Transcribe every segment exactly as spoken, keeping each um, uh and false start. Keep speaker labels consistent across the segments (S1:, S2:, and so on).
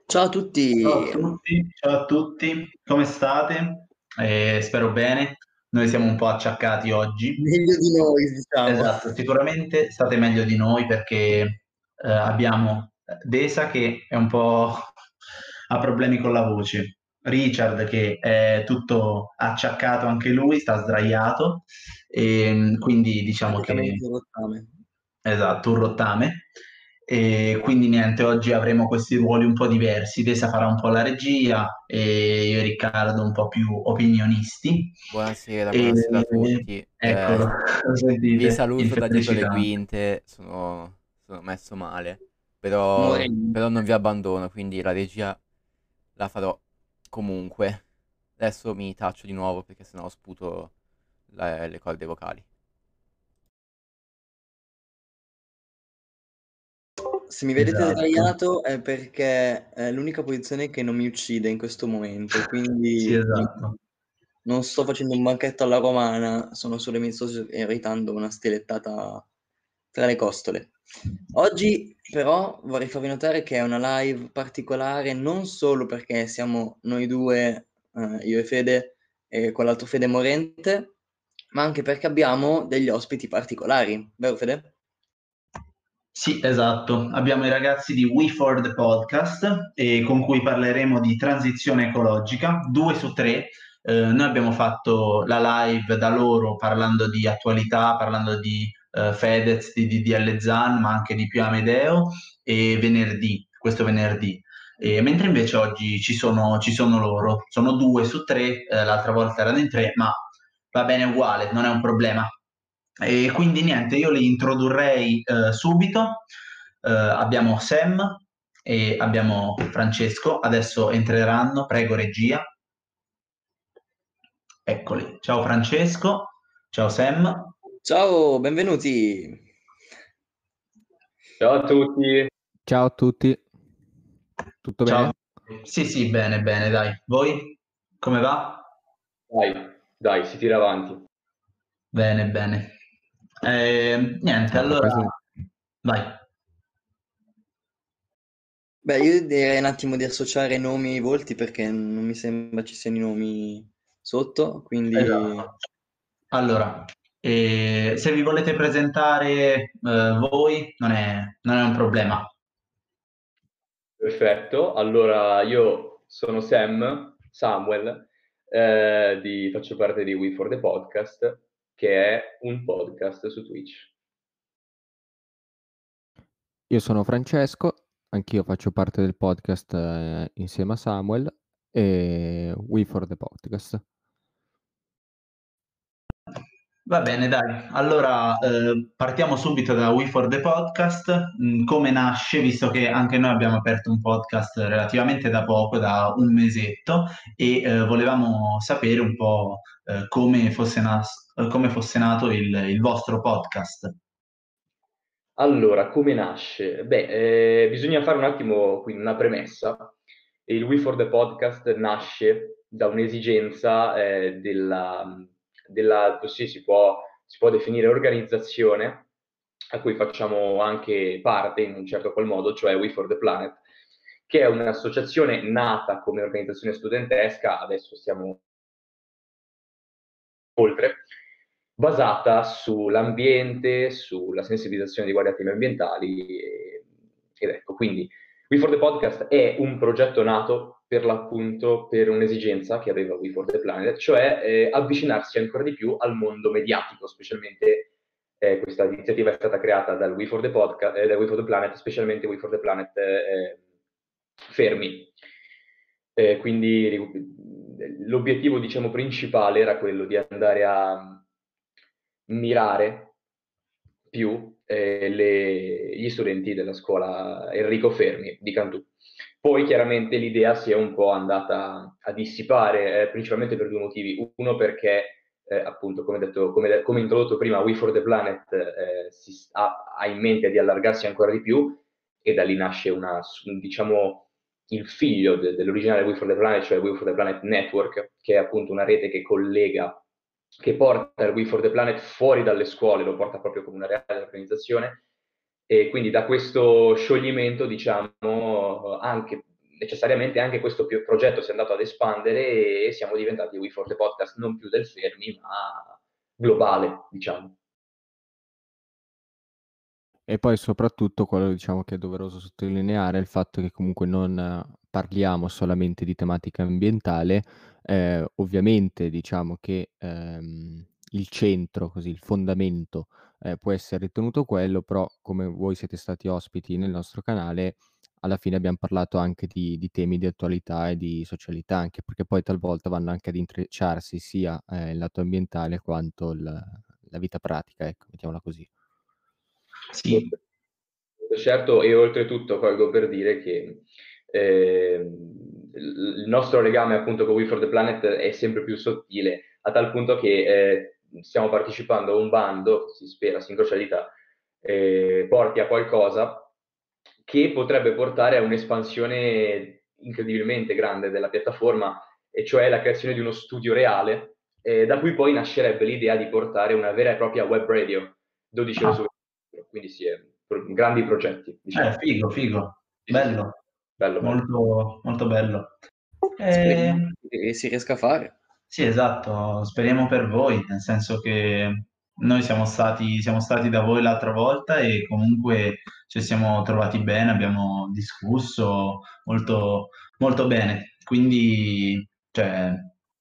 S1: Ciao a
S2: Ciao a
S1: tutti,
S2: tutti, ciao a tutti, come state? Eh, spero bene. Noi siamo un po' acciaccati oggi.
S1: meglio di noi, diciamo.
S2: Esatto, sicuramente state meglio di noi perché eh, abbiamo Desa che è un po' ha problemi con la voce, Richard che è tutto acciaccato anche lui, sta sdraiato e quindi diciamo che
S1: Praticamente un rottame.
S2: esatto, un rottame. E quindi niente, oggi avremo questi ruoli un po' diversi. Tesa farà un po' la regia e io e Riccardo un po' più opinionisti.
S3: Buonasera,
S2: E
S3: buonasera a tutti. Eh,
S2: eccolo, lo
S3: vi
S2: sentite, il
S3: saluto da dietro le
S2: febbricitante.
S3: quinte, sono, sono messo male, però,
S1: Morendo.
S3: però non vi abbandono, quindi la regia la farò comunque. Adesso mi taccio di nuovo perché sennò sputo la- le corde vocali.
S1: Se mi vedete
S2: Esatto,
S1: sdraiato è perché è l'unica posizione che non mi uccide in questo momento,
S2: sì,
S1: quindi
S2: esatto.
S1: non sto facendo un banchetto alla romana, sono solo mi sto irritando una stilettata tra le costole. Oggi però vorrei farvi notare che è una live particolare non solo perché siamo noi due, eh, io e Fede, e quell'altro Fede morente, ma anche perché abbiamo degli ospiti particolari, vero Fede?
S2: Sì, esatto. Abbiamo i ragazzi di We for the Podcast e con cui parleremo di transizione ecologica, due su tre. Eh, noi abbiamo fatto la live da loro parlando di attualità, parlando di eh, Fedez, di D D L Zan, ma anche di Pio Amedeo e venerdì, questo venerdì. E mentre invece oggi ci sono, ci sono loro, sono due su tre, eh, l'altra volta erano in tre, ma va bene uguale, non è un problema. E quindi niente, io li introdurrei eh, subito. Eh, abbiamo Sam e abbiamo Francesco, adesso entreranno, prego regia. Eccoli. Ciao Francesco, ciao Sam.
S1: Ciao, benvenuti!
S4: Ciao a tutti.
S5: Ciao a tutti, tutto
S2: Ciao.
S5: bene?
S2: Sì, sì, bene, bene, dai. Voi come va?
S4: Dai, dai, si tira avanti.
S2: Bene, bene. Eh, niente,
S5: Ah,
S2: allora
S5: questo-
S2: vai.
S1: Beh, io direi un attimo di associare nomi e volti perché non mi sembra ci siano i nomi sotto, quindi
S2: Esatto. Allora, eh, se vi volete presentare eh, voi, non è, non è un problema.
S4: Perfetto. Allora, io sono Sam, Samuel, eh, di- faccio parte di We for the Podcast, che è un podcast su Twitch.
S5: Io sono Francesco, anch'io faccio parte del podcast eh, insieme a Samuel e We for the Podcast.
S2: Va bene, dai. Allora, eh, partiamo subito da We for the Podcast. Mm, come nasce, visto che anche noi abbiamo aperto un podcast relativamente da poco, da un mesetto, e eh, volevamo sapere un po' eh, come fosse, nas- eh, come fosse nato il, il vostro podcast.
S4: Allora, come nasce? Beh, eh, bisogna fare un attimo quindi una premessa. Il We for the Podcast nasce da un'esigenza eh, della, della sì, si può, si può definire organizzazione a cui facciamo anche parte in un certo qual modo, cioè We for the Planet, che è un'associazione nata come organizzazione studentesca, adesso siamo oltre, basata sull'ambiente, sulla sensibilizzazione riguardo ai temi ambientali. E, ed ecco, quindi We for the Podcast è un progetto nato per l'appunto per un'esigenza che aveva We for the Planet, cioè eh, avvicinarsi ancora di più al mondo mediatico, specialmente eh, questa iniziativa è stata creata dal We for the, Podcast, eh, dal We for the Planet, specialmente We for the Planet eh, Fermi. Eh, quindi l'obiettivo, diciamo, principale era quello di andare a mirare più eh, le- gli studenti della scuola Enrico Fermi di Cantù. Poi chiaramente l'idea si è un po' andata a dissipare, eh, principalmente per due motivi. Uno perché, eh, appunto, come detto, come, come introdotto prima, We for the Planet eh, si, ha, ha in mente di allargarsi ancora di più e da lì nasce una, diciamo, il figlio de- dell'originale We for the Planet, cioè We for the Planet Network, che è appunto una rete che collega, che porta il We for the Planet fuori dalle scuole, lo porta proprio come una reale organizzazione. E quindi da questo scioglimento, diciamo, anche necessariamente anche questo pi- progetto si è andato ad espandere e siamo diventati We for the Podcast non più del Fermi, ma globale, diciamo.
S5: E poi soprattutto quello diciamo che è doveroso sottolineare è il fatto che comunque non eh, parliamo solamente di tematica ambientale, eh, ovviamente diciamo che ehm, il centro, così il fondamento eh, può essere ritenuto quello, però come voi siete stati ospiti nel nostro canale, alla fine abbiamo parlato anche di, di temi di attualità e di socialità, anche perché poi talvolta vanno anche ad intrecciarsi sia eh, il lato ambientale quanto il- la vita pratica, ecco, mettiamola così.
S2: Sì,
S4: Certo, e oltretutto colgo per dire che eh, il nostro legame appunto con We for the Planet è sempre più sottile, a tal punto che eh, stiamo partecipando a un bando, si spera, si incrocia le dita, eh, porti a qualcosa che potrebbe portare a un'espansione incredibilmente grande della piattaforma, e cioè la creazione di uno studio reale, eh, da cui poi nascerebbe l'idea di portare una vera e propria web radio, dodici ore
S2: ah,
S4: su ventiquattro, quindi sì, è pro- grandi progetti, diciamo.
S2: eh, figo, figo,
S4: Sì, sì, sì.
S2: bello,
S4: Bello, bello.
S2: molto, molto bello.
S1: Speriamo
S2: Eh,
S1: che si riesca a fare.
S2: Sì, esatto, speriamo per voi, nel senso che noi siamo stati, siamo stati da voi l'altra volta e comunque ci siamo trovati bene, abbiamo discusso molto, molto bene, quindi cioè,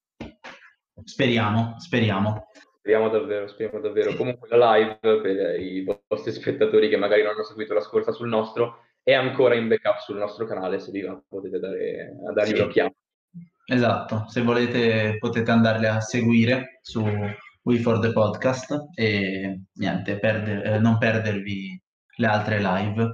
S2: speriamo, speriamo.
S4: Speriamo davvero, speriamo davvero. Comunque la live per i vostri spettatori che magari non hanno seguito la scorsa sul nostro è ancora in backup sul nostro canale, se vi va potete dare, dargli
S2: Sì,
S4: un'occhiata.
S2: esatto, se volete potete andarli a seguire su We for the Podcast e niente, perde- eh, non perdervi le altre live.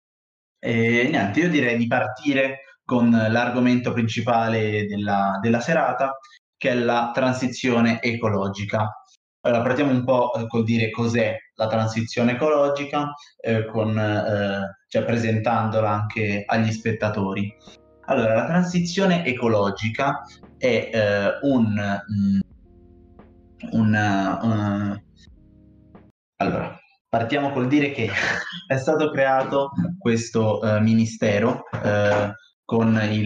S2: E niente, io direi di partire con l'argomento principale della, della serata, che è la transizione ecologica. Allora, partiamo un po' eh, col dire cos'è la transizione ecologica, eh, con, eh, cioè presentandola anche agli spettatori. Allora, la transizione ecologica è eh, un, mm, un, eh, allora, partiamo col dire che è stato creato questo eh, ministero eh, con il,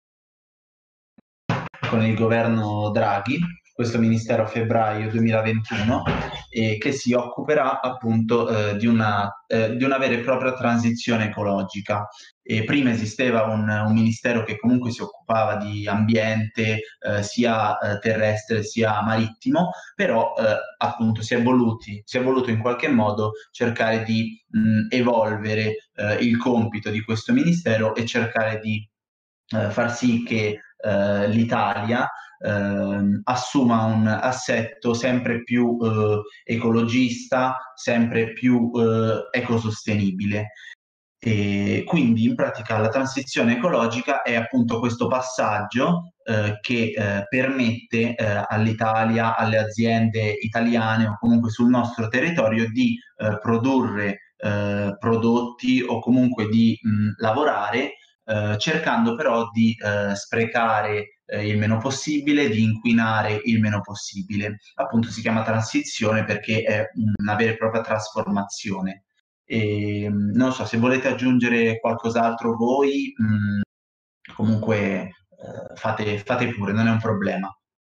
S2: con il governo Draghi, questo ministero a febbraio duemilaventuno, e che si occuperà appunto eh, di, una, eh, di una vera e propria transizione ecologica. E prima esisteva un, un ministero che comunque si occupava di ambiente eh, sia eh, terrestre sia marittimo, però eh, appunto si è, voluti, si è voluto in qualche modo cercare di mh, evolvere eh, il compito di questo ministero e cercare di eh, far sì che eh, l'Italia eh, assuma un assetto sempre più eh, ecologista, sempre più eh, ecosostenibile. E quindi in pratica la transizione ecologica è appunto questo passaggio eh, che eh, permette eh, all'Italia, alle aziende italiane o comunque sul nostro territorio di eh, produrre eh, prodotti o comunque di mh, lavorare eh, cercando però di eh, sprecare eh, il meno possibile, di inquinare il meno possibile. Appunto si chiama transizione perché è una vera e propria trasformazione. E, non so, se volete aggiungere qualcos'altro voi, mh, comunque eh, fate, fate pure, non è un problema.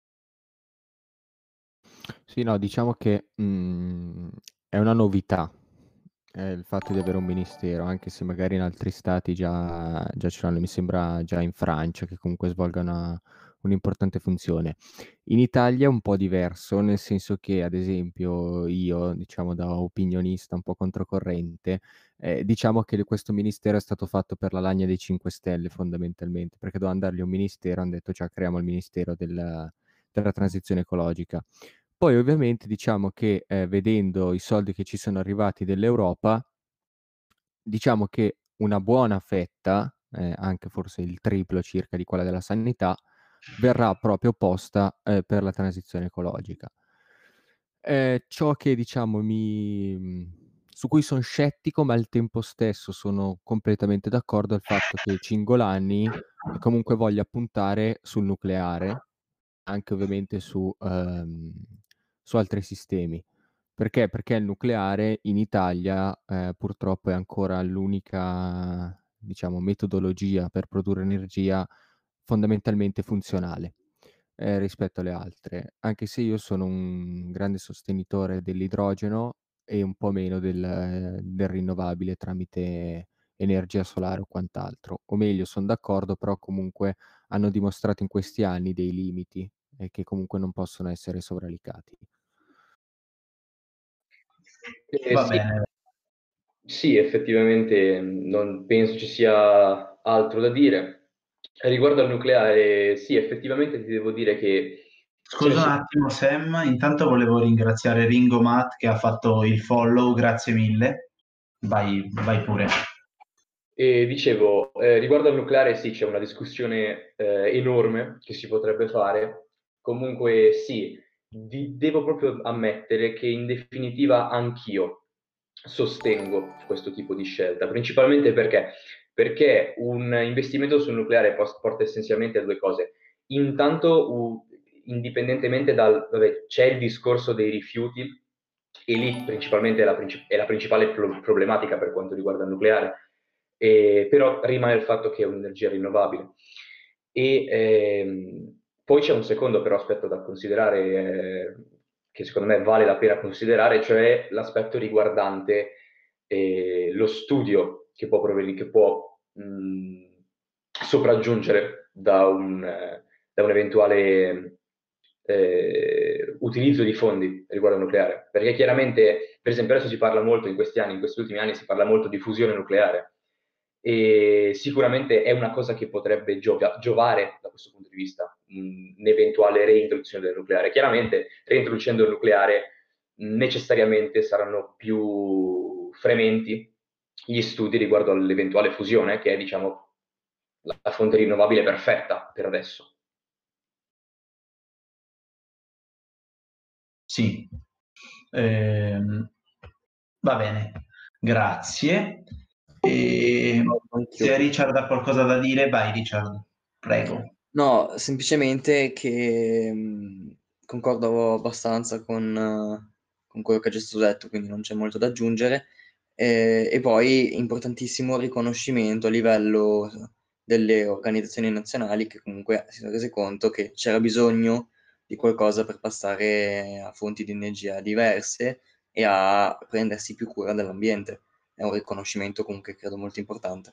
S5: Sì, no, diciamo che mh, è una novità eh, il fatto di avere un ministero, anche se magari in altri stati già, già ce l'hanno, mi sembra già in Francia, che comunque svolga una- un'importante funzione. In Italia è un po' diverso, nel senso che, ad esempio, io, diciamo da opinionista un po' controcorrente, eh, diciamo che questo ministero è stato fatto per la lagna dei cinque Stelle, fondamentalmente, perché dovevano dargli un ministero, hanno detto, già creiamo il ministero del- della transizione ecologica. Poi ovviamente diciamo che, ehm, vedendo i soldi che ci sono arrivati dell'Europa, diciamo che una buona fetta, ehm, anche forse il triplo circa di quella della sanità, verrà proprio posta, ehm, per la transizione ecologica. Ehm, ciò che diciamo mi mhmm, su cui son scettico, ma al tempo stesso sono completamente d'accordo, è il fatto che Cingolani, ehm, comunque voglia puntare sul nucleare, anche ovviamente su, ehm, su altri sistemi. Perché? Perché il nucleare in Italia, ehm, purtroppo è ancora l'unica diciamo, metodologia per produrre energia fondamentalmente funzionale eh, rispetto alle altre, anche se io sono un grande sostenitore dell'idrogeno e un po' meno del, del rinnovabile tramite energia solare o quant'altro. O meglio, sono d'accordo, però comunque hanno dimostrato in questi anni dei limiti e che comunque non possono essere sovralicati.
S4: Eh,
S2: Va
S4: sì,
S2: bene.
S4: sì, effettivamente non penso ci sia altro da dire. Riguardo al nucleare, sì, effettivamente ti devo dire che ce ne
S2: Scusa un
S4: sono.
S2: attimo, Sam, intanto volevo ringraziare Ringo Matt che ha fatto il follow, grazie mille. Vai, vai pure.
S4: E dicevo, eh, riguardo al nucleare, sì, c'è una discussione eh, enorme che si potrebbe fare. Comunque, sì, di- devo proprio ammettere che in definitiva anch'io sostengo questo tipo di scelta, principalmente perché, perché un investimento sul nucleare pos- porta essenzialmente a due cose. Intanto, u- indipendentemente dal... Vabbè, c'è il discorso dei rifiuti, e lì principalmente è la, princip- è la principale pro- problematica per quanto riguarda il nucleare, e, però rimane il fatto che è un'energia rinnovabile. E ehm, poi c'è un secondo però aspetto da considerare, eh, che secondo me vale la pena considerare, cioè l'aspetto riguardante eh, lo studio che può, provenire, che può mh, sopraggiungere da un, eh, da un eventuale eh, utilizzo di fondi riguardo al nucleare. Perché chiaramente, per esempio, adesso si parla molto in questi anni, in questi ultimi anni si parla molto di fusione nucleare e sicuramente è una cosa che potrebbe giova- giovare da questo punto di vista, un'eventuale reintroduzione del nucleare. Chiaramente, reintroducendo il nucleare necessariamente saranno più frementi gli studi riguardo all'eventuale fusione, che è, diciamo, la, la fonte rinnovabile perfetta per adesso.
S2: Sì. Ehm, va bene, grazie. E
S1: Anch'io.
S2: se Richard ha qualcosa da dire, vai Richard, prego.
S1: No, semplicemente che mh, concordo abbastanza con, eh, con quello che è già stato detto, quindi non c'è molto da aggiungere. Eh, e poi importantissimo il riconoscimento a livello delle organizzazioni nazionali che comunque si sono rese conto che c'era bisogno di qualcosa per passare a fonti di energia diverse e a prendersi più cura dell'ambiente. È un riconoscimento comunque credo molto importante.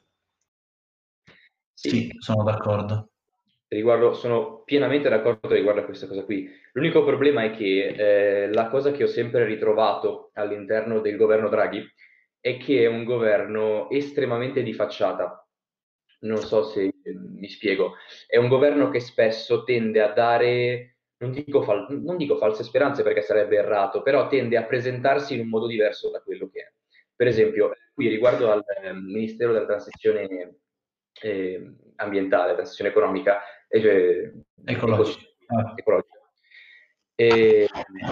S4: Sì,
S2: Sì, sono d'accordo.
S4: riguardo, sono pienamente d'accordo riguardo a questa cosa qui. L'unico problema è che eh, la cosa che ho sempre ritrovato all'interno del governo Draghi è che è un governo estremamente di facciata. Non so se eh, mi spiego. È un governo che spesso tende a dare, non dico, fal- non dico false speranze perché sarebbe errato, però tende a presentarsi in un modo diverso da quello che è. Per esempio, qui riguardo al eh, Ministero della Transizione eh, ambientale, transizione economica, e cioè,
S2: Ecologico. Ah.
S4: ecologica. E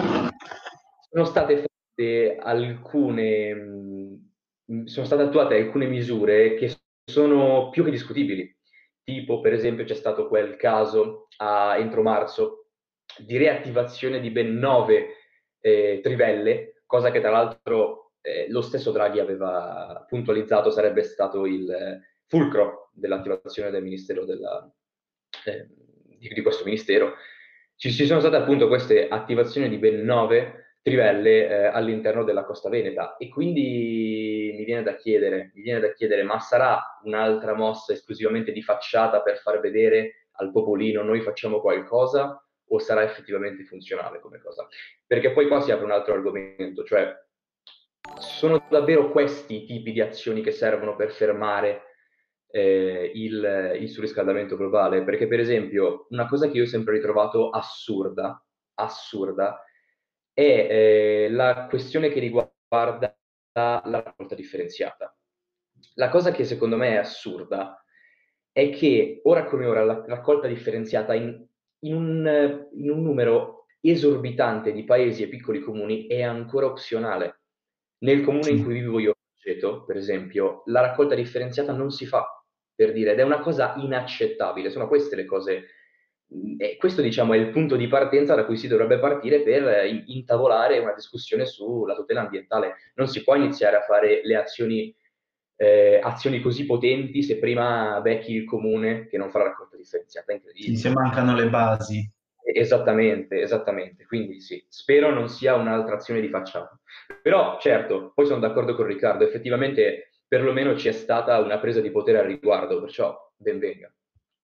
S4: sono state fatte alcune, mh, sono state attuate alcune misure che sono più che discutibili. Tipo, per esempio, c'è stato quel caso a entro marzo di reattivazione di ben nove eh, trivelle, cosa che tra l'altro eh, lo stesso Draghi aveva puntualizzato sarebbe stato il eh, fulcro dell'attivazione del Ministero della, eh, di, di questo Ministero. Ci, ci sono state appunto queste attivazioni di ben nove trivelle eh, all'interno della costa veneta e quindi mi viene da chiedere, mi viene da chiedere, ma sarà un'altra mossa esclusivamente di facciata per far vedere al popolino noi facciamo qualcosa o sarà effettivamente funzionale come cosa? Perché poi qua si apre un altro argomento, cioè sono davvero questi i tipi di azioni che servono per fermare eh, il, il surriscaldamento globale? Perché per esempio una cosa che io ho sempre ritrovato assurda, assurda, è eh, la questione che riguarda la raccolta differenziata. La cosa che secondo me è assurda è che ora come ora la raccolta differenziata in, in, un, in un numero esorbitante di paesi e piccoli comuni è ancora opzionale. Nel comune in cui vivo io, Aceto, per esempio, la raccolta differenziata non si fa, per dire, ed è una cosa inaccettabile. Sono queste le cose, e questo diciamo è il punto di partenza da cui si dovrebbe partire per eh, intavolare una discussione sulla tutela ambientale. Non si può iniziare a fare le azioni eh, azioni così potenti se prima becchi il comune che non fa la raccolta differenziata.
S2: Sì, se mancano le basi.
S4: Esattamente, esattamente. Quindi sì, spero non sia un'altra azione di facciata. Però certo, poi sono d'accordo con Riccardo, effettivamente perlomeno c'è stata una presa di potere al riguardo, perciò ben venga.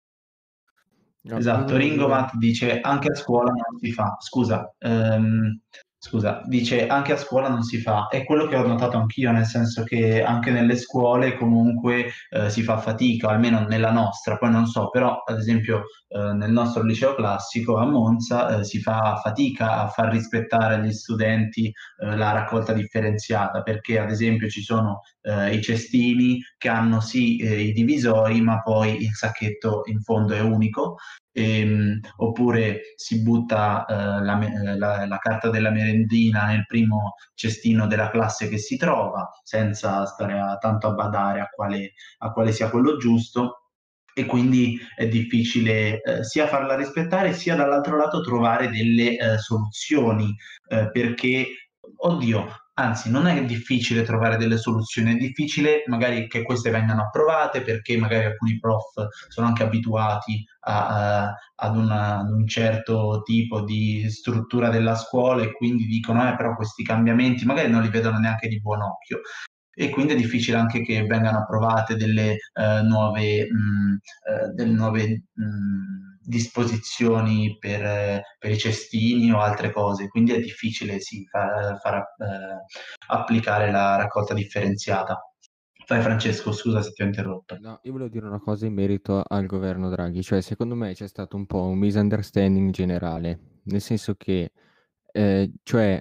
S5: No,
S2: Esatto,
S5: dire...
S2: Ringomat dice anche a scuola non si fa, scusa, ehm, scusa, dice anche a scuola non si fa, è quello che ho notato anch'io, nel senso che anche nelle scuole comunque eh, si fa fatica, almeno nella nostra, poi non so, però ad esempio eh, nel nostro liceo classico a Monza eh, si fa fatica a far rispettare agli studenti eh, la raccolta differenziata, perché ad esempio ci sono eh, i cestini che hanno sì eh, i divisori, ma poi il sacchetto in fondo è unico. Ehm, oppure si butta eh, la, la, la carta della merendina nel primo cestino della classe che si trova, senza stare a, tanto a badare a quale, a quale sia quello giusto, e quindi è difficile eh, sia farla rispettare sia dall'altro lato trovare delle eh, soluzioni, eh, perché, oddio, anzi, non è difficile trovare delle soluzioni, è difficile magari che queste vengano approvate perché magari alcuni prof sono anche abituati a, a, ad, una, ad un certo tipo di struttura della scuola e quindi dicono, eh, però questi cambiamenti magari non li vedono neanche di buon occhio. E quindi è difficile anche che vengano approvate delle eh, nuove, mh, eh, delle nuove mh, disposizioni per, eh, per i cestini o altre cose, quindi è difficile sì, far, far eh, applicare la raccolta differenziata. Vai Francesco, scusa se ti ho interrotto.
S5: No, io volevo dire una cosa in merito al governo Draghi, cioè secondo me c'è stato un po' un misunderstanding generale, nel senso che, eh, cioè,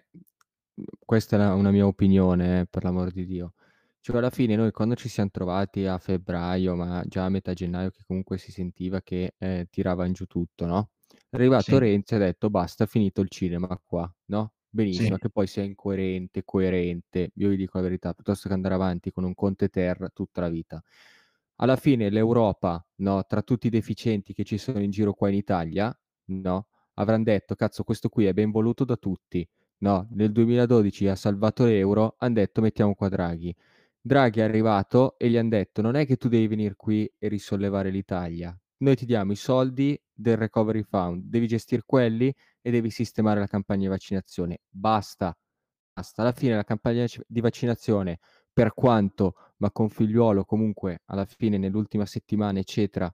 S5: questa è la- una mia opinione, eh, per l'amor di Dio, cioè alla fine noi quando ci siamo trovati a febbraio, ma già a metà gennaio che comunque si sentiva che eh, tirava in giù tutto, no? È arrivato
S2: Sì,
S5: Renzi e ha detto basta, finito il cinema qua, no? Benissimo,
S2: sì,
S5: che poi sia incoerente, coerente, io vi dico la verità, piuttosto che andare avanti con un Conte Ter tutta la vita. Alla fine l'Europa, no, tra tutti i deficienti che ci sono in giro qua in Italia, no, avranno detto, cazzo, questo qui è ben voluto da tutti, no, nel duemiladodici ha salvato l'euro, hanno detto mettiamo qua Draghi. Draghi è arrivato e gli hanno detto non è che tu devi venire qui e risollevare l'Italia, noi ti diamo i soldi del Recovery Fund, devi gestire quelli e devi sistemare la campagna di vaccinazione. Basta, basta. Alla fine la campagna di vaccinazione, per quanto, ma con figliuolo comunque alla fine nell'ultima settimana, eccetera,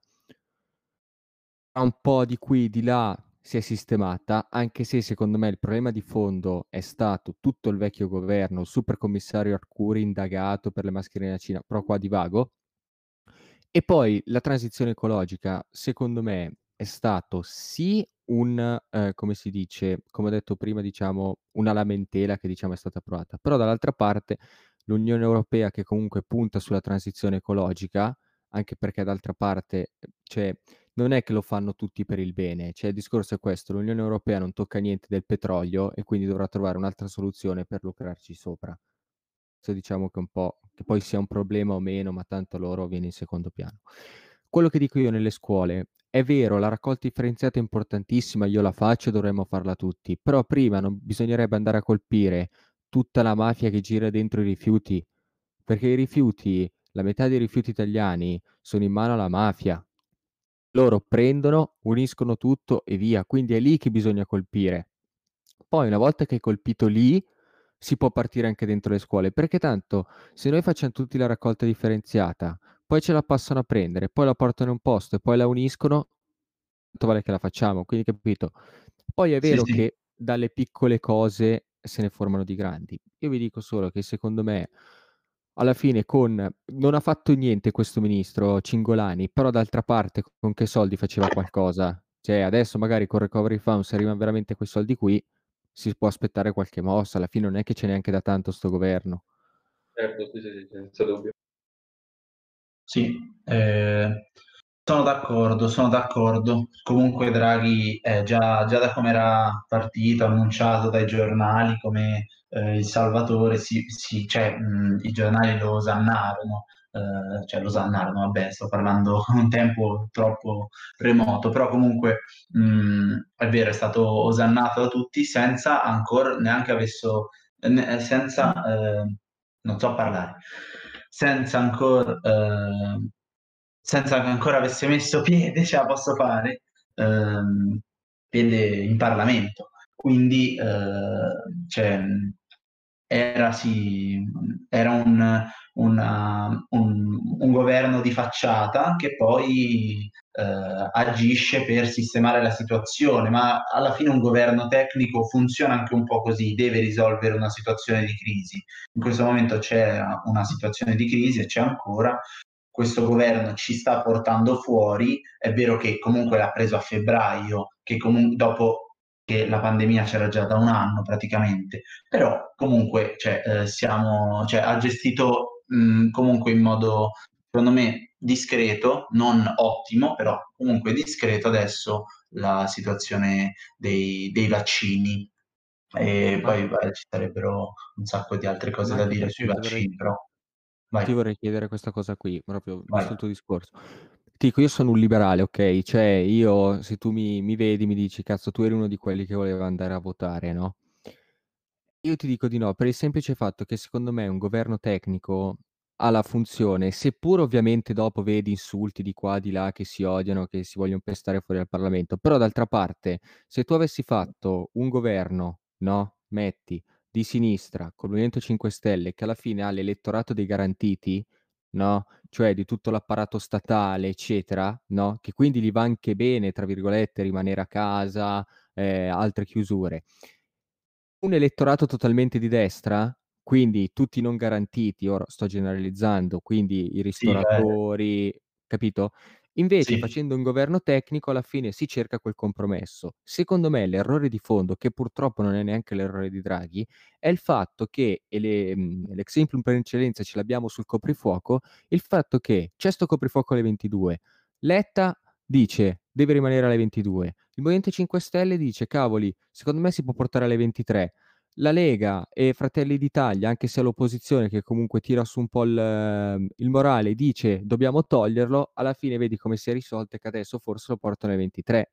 S5: un po' di qui, di là si è sistemata, anche se secondo me il problema di fondo è stato tutto il vecchio governo, il super commissario Arcuri indagato per le mascherine a Cina, però qua divago. E poi la transizione ecologica, secondo me, è stato sì un, eh, come si dice, come ho detto prima, diciamo, una lamentela che diciamo è stata approvata, però dall'altra parte l'Unione Europea che comunque punta sulla transizione ecologica, anche perché d'altra parte, cioè, non è che lo fanno tutti per il bene, cioè il discorso è questo, l'Unione Europea non tocca niente del petrolio e quindi dovrà trovare un'altra soluzione per lucrarci sopra. Questo diciamo che un po' che poi sia un problema o meno, ma tanto loro viene in secondo piano. Quello che dico io nelle scuole, è vero, la raccolta differenziata è importantissima, io la faccio, dovremmo farla tutti, però prima non bisognerebbe andare a colpire tutta la mafia che gira dentro i rifiuti, perché i rifiuti, la metà dei rifiuti italiani sono in mano alla mafia. Loro prendono, uniscono tutto e via, quindi è lì che bisogna colpire. Poi una volta che hai colpito lì, si può partire anche dentro le scuole, perché tanto se noi facciamo tutti la raccolta differenziata, poi ce la passano a prendere, poi la portano in un posto e poi la uniscono, tanto vale che la facciamo, quindi capito? Poi è
S2: sì,
S5: vero
S2: sì.
S5: che dalle piccole cose se ne formano di grandi. Io vi dico solo che secondo me alla fine con non ha fatto niente questo ministro Cingolani, però d'altra parte con che soldi faceva qualcosa? Cioè adesso magari con Recovery Fund se arrivano veramente quei soldi qui si può aspettare qualche mossa, alla fine non è che ce n'è anche da tanto sto governo.
S4: Certo, sì, sì, sì, senza dubbio.
S2: Sì, eh, sono d'accordo, sono d'accordo. Comunque Draghi, eh, già, già da come era partito, annunciato dai giornali come eh, il Salvatore, si, si- cioè, mh, i giornali lo osannarono, eh, cioè lo osannarono, vabbè, sto parlando un tempo troppo remoto, però comunque mh, è vero, è stato osannato da tutti senza ancora neanche avesse, ne- senza, eh, non so parlare senza ancora eh, senza che ancora avesse messo piede, ce la posso fare, ehm, piede in Parlamento. Quindi eh, cioè, era, sì, era un, una- un, un governo di facciata che poi eh, agisce per sistemare la situazione, ma alla fine un governo tecnico funziona anche un po' così, deve risolvere una situazione di crisi. In questo momento c'è una situazione di crisi e c'è ancora. Questo governo ci sta portando fuori, è vero che comunque l'ha preso a febbraio, che comunque dopo che la pandemia c'era già da un anno praticamente, però comunque cioè, eh, siamo, cioè, ha gestito mh, comunque in modo, secondo me, discreto, non ottimo, però comunque discreto adesso la situazione dei, dei vaccini. E
S5: Ma,
S2: poi beh, ci sarebbero un sacco di altre cose
S5: ma
S2: da
S5: anche
S2: dire sui
S5: perché ti vorrei,
S2: vaccini, però vai,
S5: ti vorrei chiedere questa cosa qui, proprio
S2: vai.
S5: visto il tuo discorso. Ti dico, io sono un liberale, ok? Cioè, io, se tu mi, mi vedi, mi dici, cazzo, tu eri uno di quelli che voleva andare a votare, no? Io ti dico di no, per il semplice fatto che secondo me un governo tecnico ha la funzione, seppur ovviamente dopo vedi insulti di qua, di là, che si odiano, che si vogliono pestare fuori dal Parlamento, però d'altra parte, se tu avessi fatto un governo, no? Metti, di sinistra, con il Movimento cinque Stelle, che alla fine ha l'elettorato dei garantiti, no? Cioè di tutto l'apparato statale, eccetera, no? Che quindi gli va anche bene, tra virgolette, rimanere a casa, eh, altre chiusure. Un elettorato totalmente di destra, quindi tutti non garantiti, ora sto generalizzando, quindi i
S2: Sì, beh,
S5: ristoratori, capito? Invece,
S2: sì,
S5: facendo un governo tecnico, alla fine si cerca quel compromesso. Secondo me, l'errore di fondo, che purtroppo non è neanche l'errore di Draghi, è il fatto che, e le, mh, l'esempio per eccellenza ce l'abbiamo sul coprifuoco, il fatto che c'è sto coprifuoco alle ventidue, Letta dice deve rimanere alle ventidue, il Movimento cinque Stelle dice cavoli, secondo me si può portare alle ventitré. La Lega e Fratelli d'Italia, anche se è l'opposizione che comunque tira su un po' il, il morale, dice dobbiamo toglierlo, alla fine vedi come si è risolto e che adesso forse lo portano alle ventitré.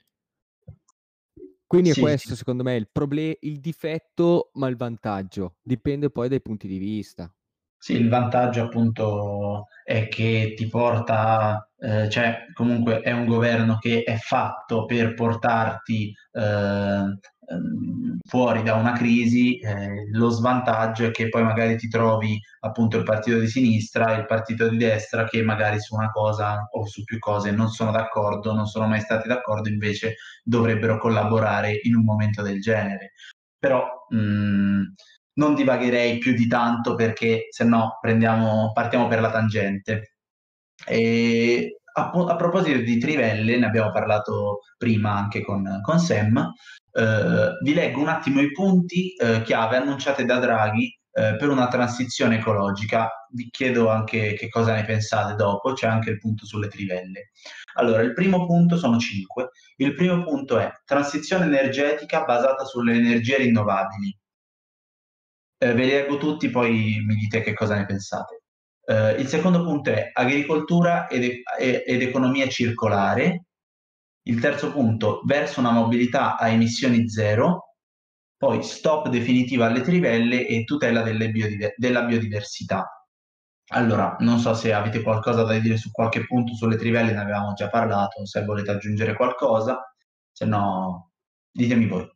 S5: Quindi è
S2: sì, sì.
S5: questo secondo me il proble- il difetto, ma il vantaggio. Dipende poi dai punti di vista.
S2: Sì, il vantaggio appunto è che ti porta, eh, cioè comunque è un governo che è fatto per portarti eh, ehm, fuori da una crisi, eh, lo svantaggio è che poi magari ti trovi appunto il partito di sinistra e il partito di destra che magari su una cosa o su più cose non sono d'accordo, non sono mai stati d'accordo, invece dovrebbero collaborare in un momento del genere. Però mh, non divagherei più di tanto perché se no prendiamo, partiamo per la tangente. E a, a proposito di trivelle, ne abbiamo parlato prima anche con, con Sam, eh, vi leggo un attimo i punti eh, chiave annunciate da Draghi eh, per una transizione ecologica. Vi chiedo anche che cosa ne pensate dopo, c'è anche il punto sulle trivelle. Allora, il primo punto sono cinque. Il primo punto è transizione energetica basata sulle energie rinnovabili. Eh, ve li leggo tutti, poi mi dite che cosa ne pensate. Eh, il secondo punto è agricoltura ed, e- ed economia circolare. Il terzo punto, verso una mobilità a emissioni zero. Poi stop definitiva alle trivelle e tutela delle biodiver- della biodiversità. Allora, non so se avete qualcosa da dire su qualche punto sulle trivelle, ne avevamo già parlato, se volete aggiungere qualcosa, se no ditemi voi.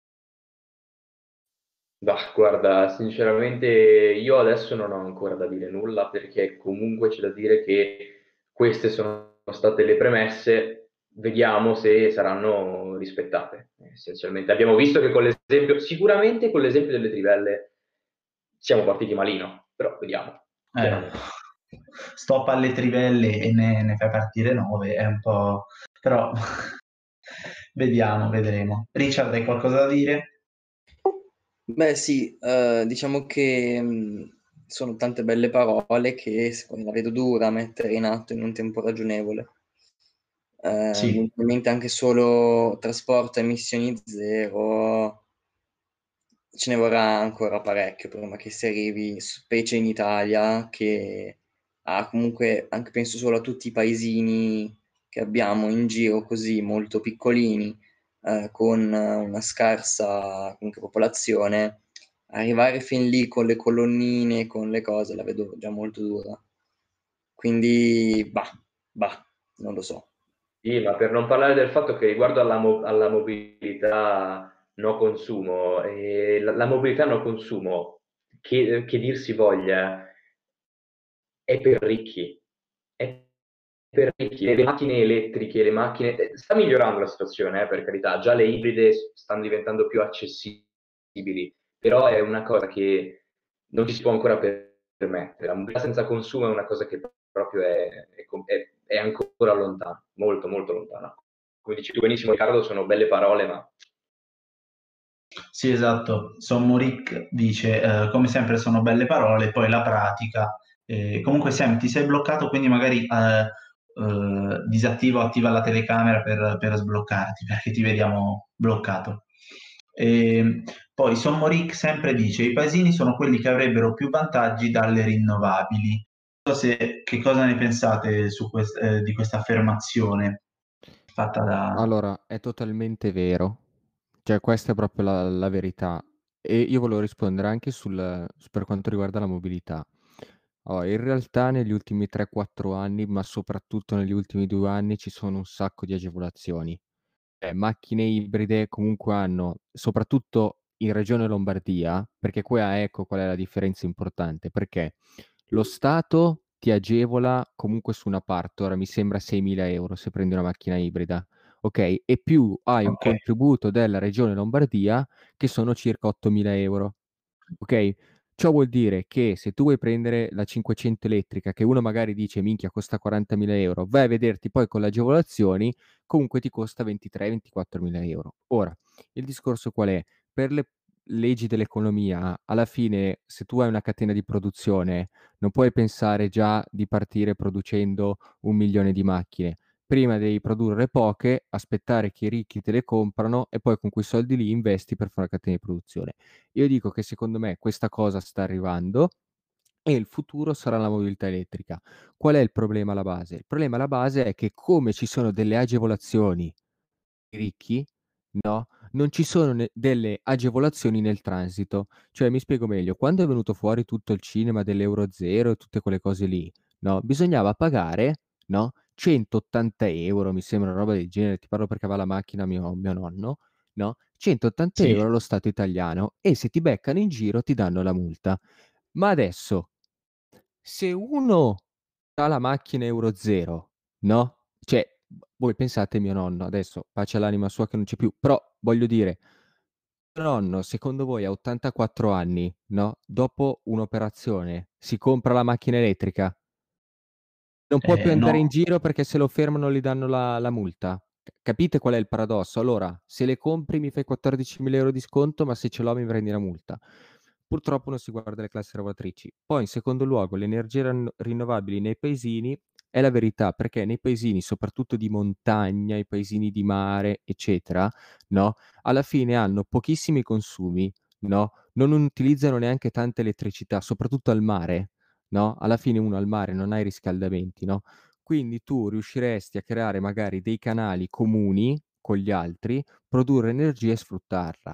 S4: Bah, guarda, sinceramente io adesso non ho ancora da dire nulla perché comunque c'è da dire che queste sono state le premesse, vediamo se saranno rispettate. Essenzialmente abbiamo visto che con l'esempio, sicuramente con l'esempio delle trivelle siamo partiti malino, però vediamo,
S2: Eh,
S4: chiaramente.
S2: stop alle trivelle e ne, ne fai partire nove, è un po'... però vediamo, vedremo. Richard, hai qualcosa da dire?
S1: Beh, sì, eh, diciamo che mh, sono tante belle parole che secondo me la vedo dura mettere in atto in un tempo ragionevole. Eh, mi
S2: Sì,
S1: viene in mente anche solo trasporto a emissioni zero, ce ne vorrà ancora parecchio prima che si arrivi, specie in Italia, che ha comunque, anche penso solo a tutti i paesini che abbiamo in giro così, molto piccolini, eh, con una scarsa comunque, popolazione, arrivare fin lì con le colonnine, con le cose, la vedo già molto dura. Quindi, bah, bah, non lo so.
S4: Sì, ma per non parlare del fatto che riguardo alla, mo- alla mobilità no consumo, eh, la, la mobilità no consumo, che, che dir si voglia, è per ricchi, è per ricchi. Le macchine elettriche, le macchine... eh, sta migliorando la situazione, eh, per carità, già le ibride stanno diventando più accessibili, però è una cosa che non ci si può ancora permettere. La mobilità senza consumo è una cosa che proprio è, è, è, è ancora lontana, molto molto lontana. Come dici tu benissimo Riccardo, sono belle parole, ma...
S2: Sì, esatto. Sommorik dice, eh, come sempre sono belle parole, poi la pratica. Eh, comunque Sam, ti sei bloccato, quindi magari eh, eh, disattiva o attiva la telecamera per, per sbloccarti, perché ti vediamo bloccato. E poi Sommorik sempre dice, i paesini sono quelli che avrebbero più vantaggi dalle rinnovabili. Non so se, che cosa ne pensate su quest- eh, di questa affermazione fatta da...
S5: Allora, è totalmente vero. Cioè, questa è proprio la, la verità. E io volevo rispondere anche sul, su- per quanto riguarda la mobilità. Oh, in realtà negli ultimi tre quattro anni, ma soprattutto negli ultimi due anni, ci sono un sacco di agevolazioni. Eh, macchine ibride comunque hanno, soprattutto in regione Lombardia, perché qua ecco qual è la differenza importante, perché lo Stato ti agevola comunque su una parte, ora mi sembra seimila euro se prendi una macchina ibrida, ok? E più hai un
S2: Ok,
S5: contributo della regione Lombardia che sono circa ottomila euro, ok? Ciò vuol dire che se tu vuoi prendere la cinquecento elettrica, che uno magari dice minchia costa quarantamila euro, vai a vederti poi con le agevolazioni, comunque ti costa ventitré ventiquattro mila euro. Ora, il discorso qual è? Per le leggi dell'economia, alla fine, se tu hai una catena di produzione, non puoi pensare già di partire producendo un milione di macchine. Prima devi produrre poche, aspettare che i ricchi te le comprano e poi con quei soldi lì investi per fare una catena di produzione. Io dico che secondo me questa cosa sta arrivando e il futuro sarà la mobilità elettrica. Qual è il problema alla base? Il problema alla base è che come ci sono delle agevolazioni ricchi, no, non ci sono ne- delle agevolazioni nel transito. Cioè, mi spiego meglio, quando è venuto fuori tutto il cinema dell'euro zero e tutte quelle cose lì, no, bisognava pagare, no, centottanta euro, mi sembra una roba del genere, ti parlo perché aveva la macchina mio, mio nonno, no, centottanta
S2: sì.
S5: euro allo Stato italiano e se ti beccano in giro ti danno la multa. Ma adesso, se uno ha la macchina Euro zero, no? Cioè, voi pensate mio nonno, adesso pace all'anima sua che non c'è più, però voglio dire, mio nonno, secondo voi a ottantaquattro anni, no? Dopo un'operazione, si compra la macchina elettrica? Non può più
S2: Eh,
S5: andare in
S2: no,
S5: giro perché se lo fermano gli danno la, la multa. C- Capite qual è il paradosso? Allora, se le compri mi fai quattordicimila euro di sconto, ma se ce l'ho mi prendi la multa. Purtroppo non si guarda le classi lavoratrici. Poi, in secondo luogo, le energie ran- rinnovabili nei paesini è la verità, perché nei paesini, soprattutto di montagna, i paesini di mare, eccetera, no? Alla fine hanno pochissimi consumi, no? Non utilizzano neanche tanta elettricità, soprattutto al mare, no? Alla fine uno al mare non ha i riscaldamenti, no? Quindi tu riusciresti a creare magari dei canali comuni con gli altri, produrre energia e sfruttarla.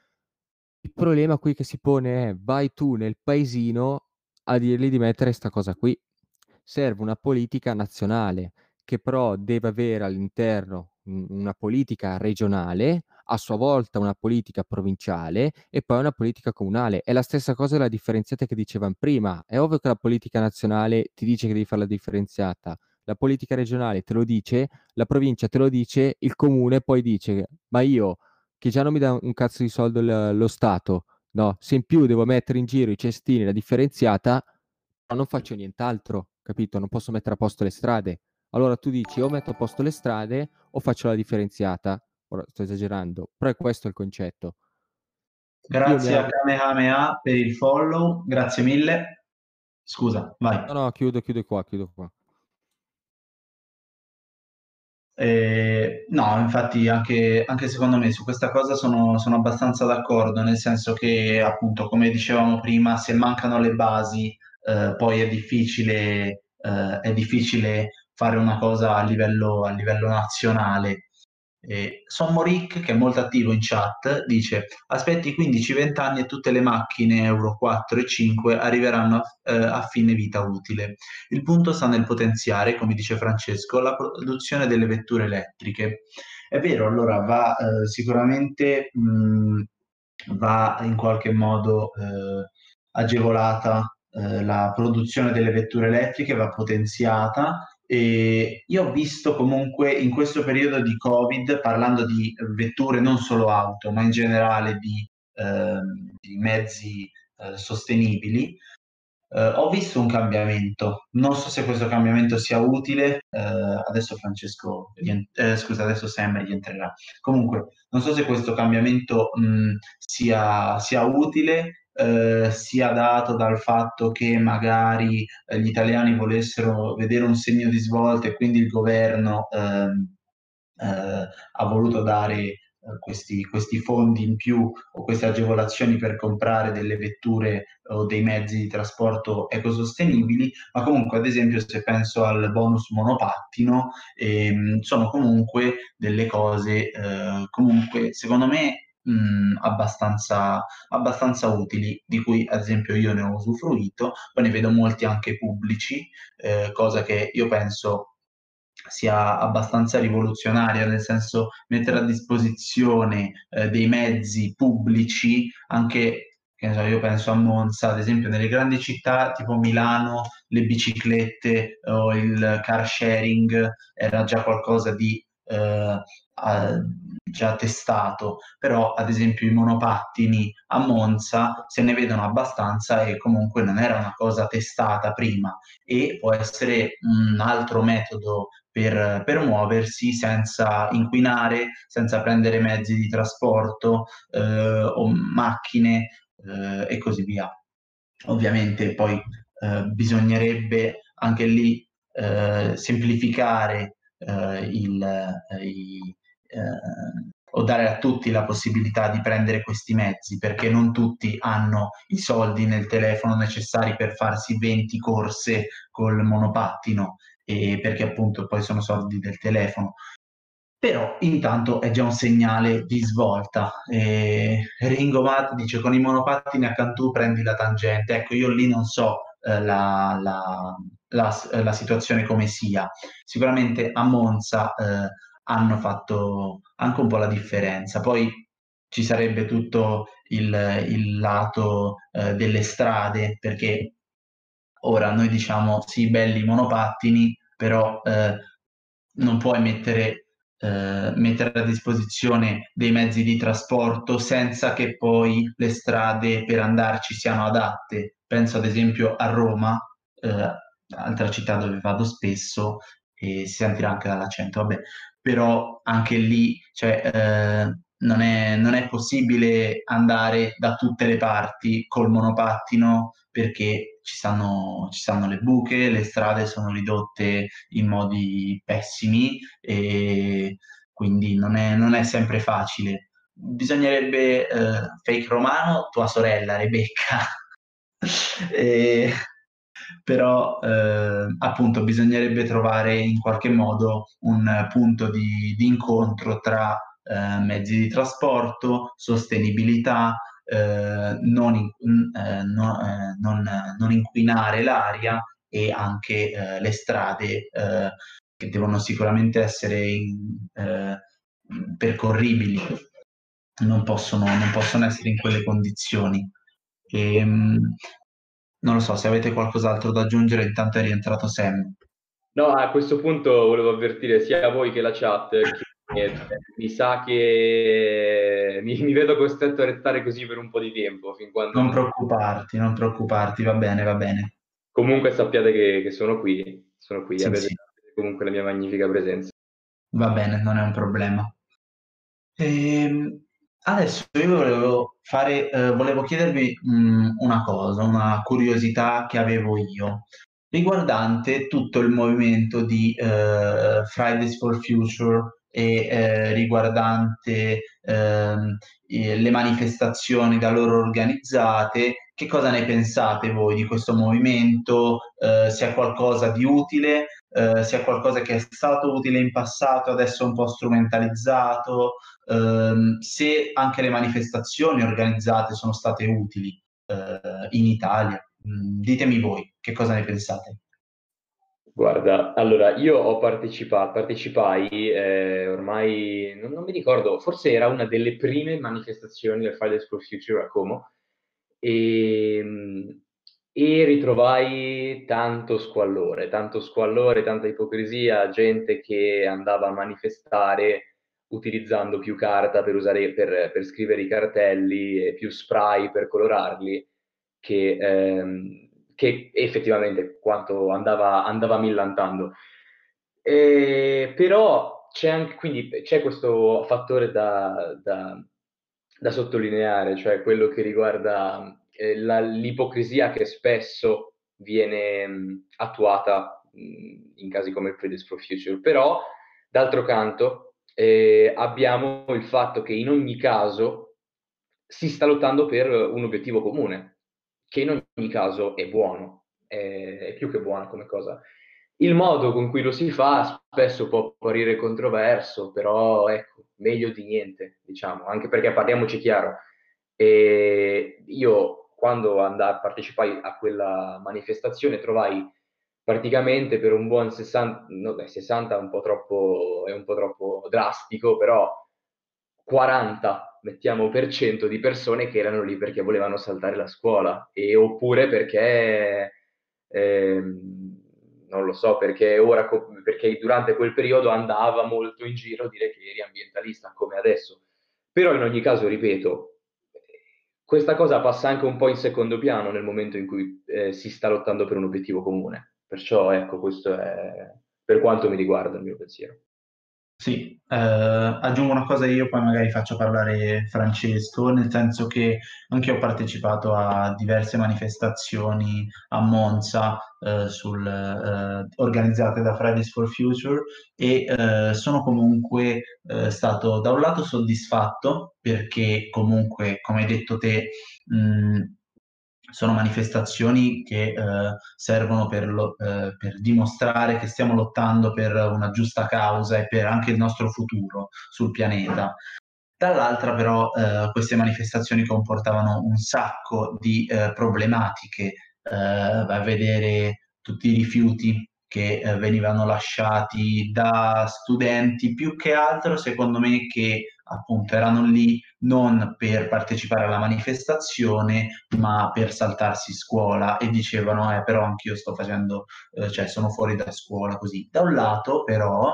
S5: Il problema qui che si pone è vai tu nel paesino a dirgli di mettere sta cosa qui. Serve una politica nazionale che però deve avere all'interno un- una politica regionale, a sua volta una politica provinciale e poi una politica comunale. È la stessa cosa della differenziata che dicevamo prima. È ovvio che la politica nazionale ti dice che devi fare la differenziata, la politica regionale te lo dice, la provincia te lo dice, il comune poi dice, ma io che già non mi dà un cazzo di soldo l- lo Stato, no? Se in più devo mettere in giro i cestini, la differenziata, ma non faccio nient'altro, capito? Non posso mettere a posto le strade. Allora tu dici o metto a posto le strade o faccio la differenziata. Ora sto esagerando, però è questo il concetto. Io mi
S2: grazie a
S5: auguro...
S2: Kamehameha per il follow, grazie mille. Scusa, vai.
S5: No, no, chiudo, chiudo qua, chiudo qua.
S2: Eh, no, infatti anche, anche secondo me su questa cosa sono, sono abbastanza d'accordo, nel senso che appunto, come dicevamo prima, se mancano le basi, eh, poi è difficile, eh, è difficile fare una cosa a livello, a livello nazionale. Eh, Sommorik, che è molto attivo in chat, dice: aspetti quindici venti anni e tutte le macchine Euro quattro e cinque arriveranno a, eh, a fine vita utile. Il punto sta nel potenziare, come dice Francesco, la produzione delle vetture elettriche. È vero, allora va eh, sicuramente mh, va in qualche modo eh, agevolata eh, la produzione delle vetture elettriche, va potenziata. E io ho visto comunque in questo periodo di Covid, parlando di vetture, non solo auto, ma in generale di, eh, di mezzi eh, sostenibili, eh, ho visto un cambiamento. Non so se questo cambiamento sia utile. Eh, adesso Francesco, eh, scusa, adesso Sam gli entrerà. Comunque, non so se questo cambiamento mh, sia, sia utile. Eh, sia dato dal fatto che magari eh, gli italiani volessero vedere un segno di svolta e quindi il governo ehm, eh, ha voluto dare eh, questi, questi fondi in più o queste agevolazioni per comprare delle vetture o dei mezzi di trasporto ecosostenibili, ma comunque ad esempio se penso al bonus monopattino, ehm, sono comunque delle cose eh, comunque secondo me mh, abbastanza, abbastanza utili, di cui ad esempio io ne ho usufruito, poi ne vedo molti anche pubblici, eh, cosa che io penso sia abbastanza rivoluzionaria, nel senso mettere a disposizione eh, dei mezzi pubblici anche, che ne so, io penso a Monza, ad esempio nelle grandi città tipo Milano, le biciclette o il car sharing era già qualcosa di eh, a, già testato, però ad esempio i monopattini a Monza se ne vedono abbastanza e comunque non era una cosa testata prima e può essere un altro metodo per, per muoversi senza inquinare, senza prendere mezzi di trasporto eh, o macchine eh, e così via. Ovviamente poi eh, bisognerebbe anche lì eh, semplificare eh, il, eh, i, eh, o dare a tutti la possibilità di prendere questi mezzi, perché non tutti hanno i soldi nel telefono necessari per farsi venti corse col monopattino, e perché appunto poi sono soldi del telefono. Però intanto è già un segnale di svolta. E Ringo Matt dice: con i monopattini a Cantù prendi la tangente. Ecco, io lì non so eh, la, la, la, la situazione come sia. Sicuramente a Monza eh, hanno fatto anche un po' la differenza. Poi ci sarebbe tutto il, il lato eh, delle strade, perché ora noi diciamo sì, belli monopattini, però eh, non puoi mettere, eh, mettere a disposizione dei mezzi di trasporto senza che poi le strade per andarci siano adatte. Penso ad esempio a Roma, eh, altra città dove vado spesso, e si sentirà anche dall'accento, vabbè, però anche lì, cioè, eh, non è, non è possibile andare da tutte le parti col monopattino perché ci stanno, ci stanno le buche, le strade sono ridotte in modi pessimi e quindi non è, non è sempre facile. Bisognerebbe, eh, fake romano, tua sorella Rebecca, e, però eh, appunto bisognerebbe trovare in qualche modo un punto di, di incontro tra eh, mezzi di trasporto, sostenibilità, eh, non, in- eh, no- eh, non, non inquinare l'aria e anche eh, le strade eh, che devono sicuramente essere in- eh, percorribili, non possono, non possono essere in quelle condizioni. E, mh, non lo so, se avete qualcos'altro da aggiungere, intanto è rientrato Sam.
S4: No, a questo punto volevo avvertire sia voi che la chat che eh, mi sa che mi, mi vedo costretto a restare così per un po' di tempo, fin quando
S2: Non
S4: non...
S2: preoccuparti, non preoccuparti, va bene, va bene.
S4: Comunque sappiate che, che sono qui, sono qui,
S2: Sì,
S4: avete
S2: sì,
S4: comunque la mia magnifica presenza.
S2: va bene, non è un problema. Ehm, adesso io volevo fare, eh, volevo chiedervi mh, una cosa, una curiosità che avevo io, riguardante tutto il movimento di eh, Fridays for Future e eh, riguardante ehm, eh, le manifestazioni da loro organizzate. Che cosa ne pensate voi di questo movimento? Eh, se è qualcosa di utile eh, sia qualcosa che è stato utile in passato, adesso è un po' strumentalizzato, ehm, se anche le manifestazioni organizzate sono state utili eh, in Italia. Mm, ditemi voi, che cosa ne pensate?
S4: Guarda, allora io ho partecipato, partecipai, eh, ormai non, non mi ricordo, forse era una delle prime manifestazioni del Fridays for Future a Como e, e ritrovai tanto squallore, tanto squallore, tanta ipocrisia, gente che andava a manifestare utilizzando più carta per, usare, per, per scrivere i cartelli e più spray per colorarli che, ehm, che effettivamente quanto andava, andava millantando. E, però c'è anche, quindi c'è questo fattore da, da, da sottolineare, cioè quello che riguarda eh, la, l'ipocrisia che spesso viene mh, attuata mh, in casi come il Fridays for Future. Però, d'altro canto, eh, abbiamo il fatto che in ogni caso si sta lottando per un obiettivo comune, che in ogni caso è buono, è, è più che buona come cosa. Il modo con cui lo si fa spesso può apparire controverso, però ecco, meglio di niente, diciamo, anche perché parliamoci chiaro. E io quando andai, partecipai a quella manifestazione trovai praticamente per un buon sessanta, no, beh, sessanta è un po' troppo, è un po' troppo drastico, però quaranta, mettiamo per cento di persone che erano lì perché volevano saltare la scuola, e, oppure perché, ehm, non lo so, perché, ora, perché durante quel periodo andava molto in giro a dire che eri ambientalista, come adesso. Però in ogni caso, ripeto, questa cosa passa anche un po' in secondo piano nel momento in cui eh, si sta lottando per un obiettivo comune. Perciò, ecco, questo è per quanto mi riguarda il mio pensiero.
S2: Sì, eh, aggiungo una cosa io, poi magari faccio parlare Francesco, nel senso che anche io ho partecipato a diverse manifestazioni a Monza eh, sul, eh, organizzate da Fridays for Future e eh, sono comunque eh, stato da un lato soddisfatto perché comunque, come hai detto te, mh, sono manifestazioni che eh, servono per, lo- eh, per dimostrare che stiamo lottando per una giusta causa e per anche il nostro futuro sul pianeta. Dall'altra però eh, queste manifestazioni comportavano un sacco di eh, problematiche, eh, vai a vedere tutti i rifiuti che eh, venivano lasciati da studenti, più che altro secondo me che appunto erano lì non per partecipare alla manifestazione, ma per saltarsi scuola e dicevano, eh, però anch'io sto facendo, eh, cioè sono fuori da scuola così. Da un lato però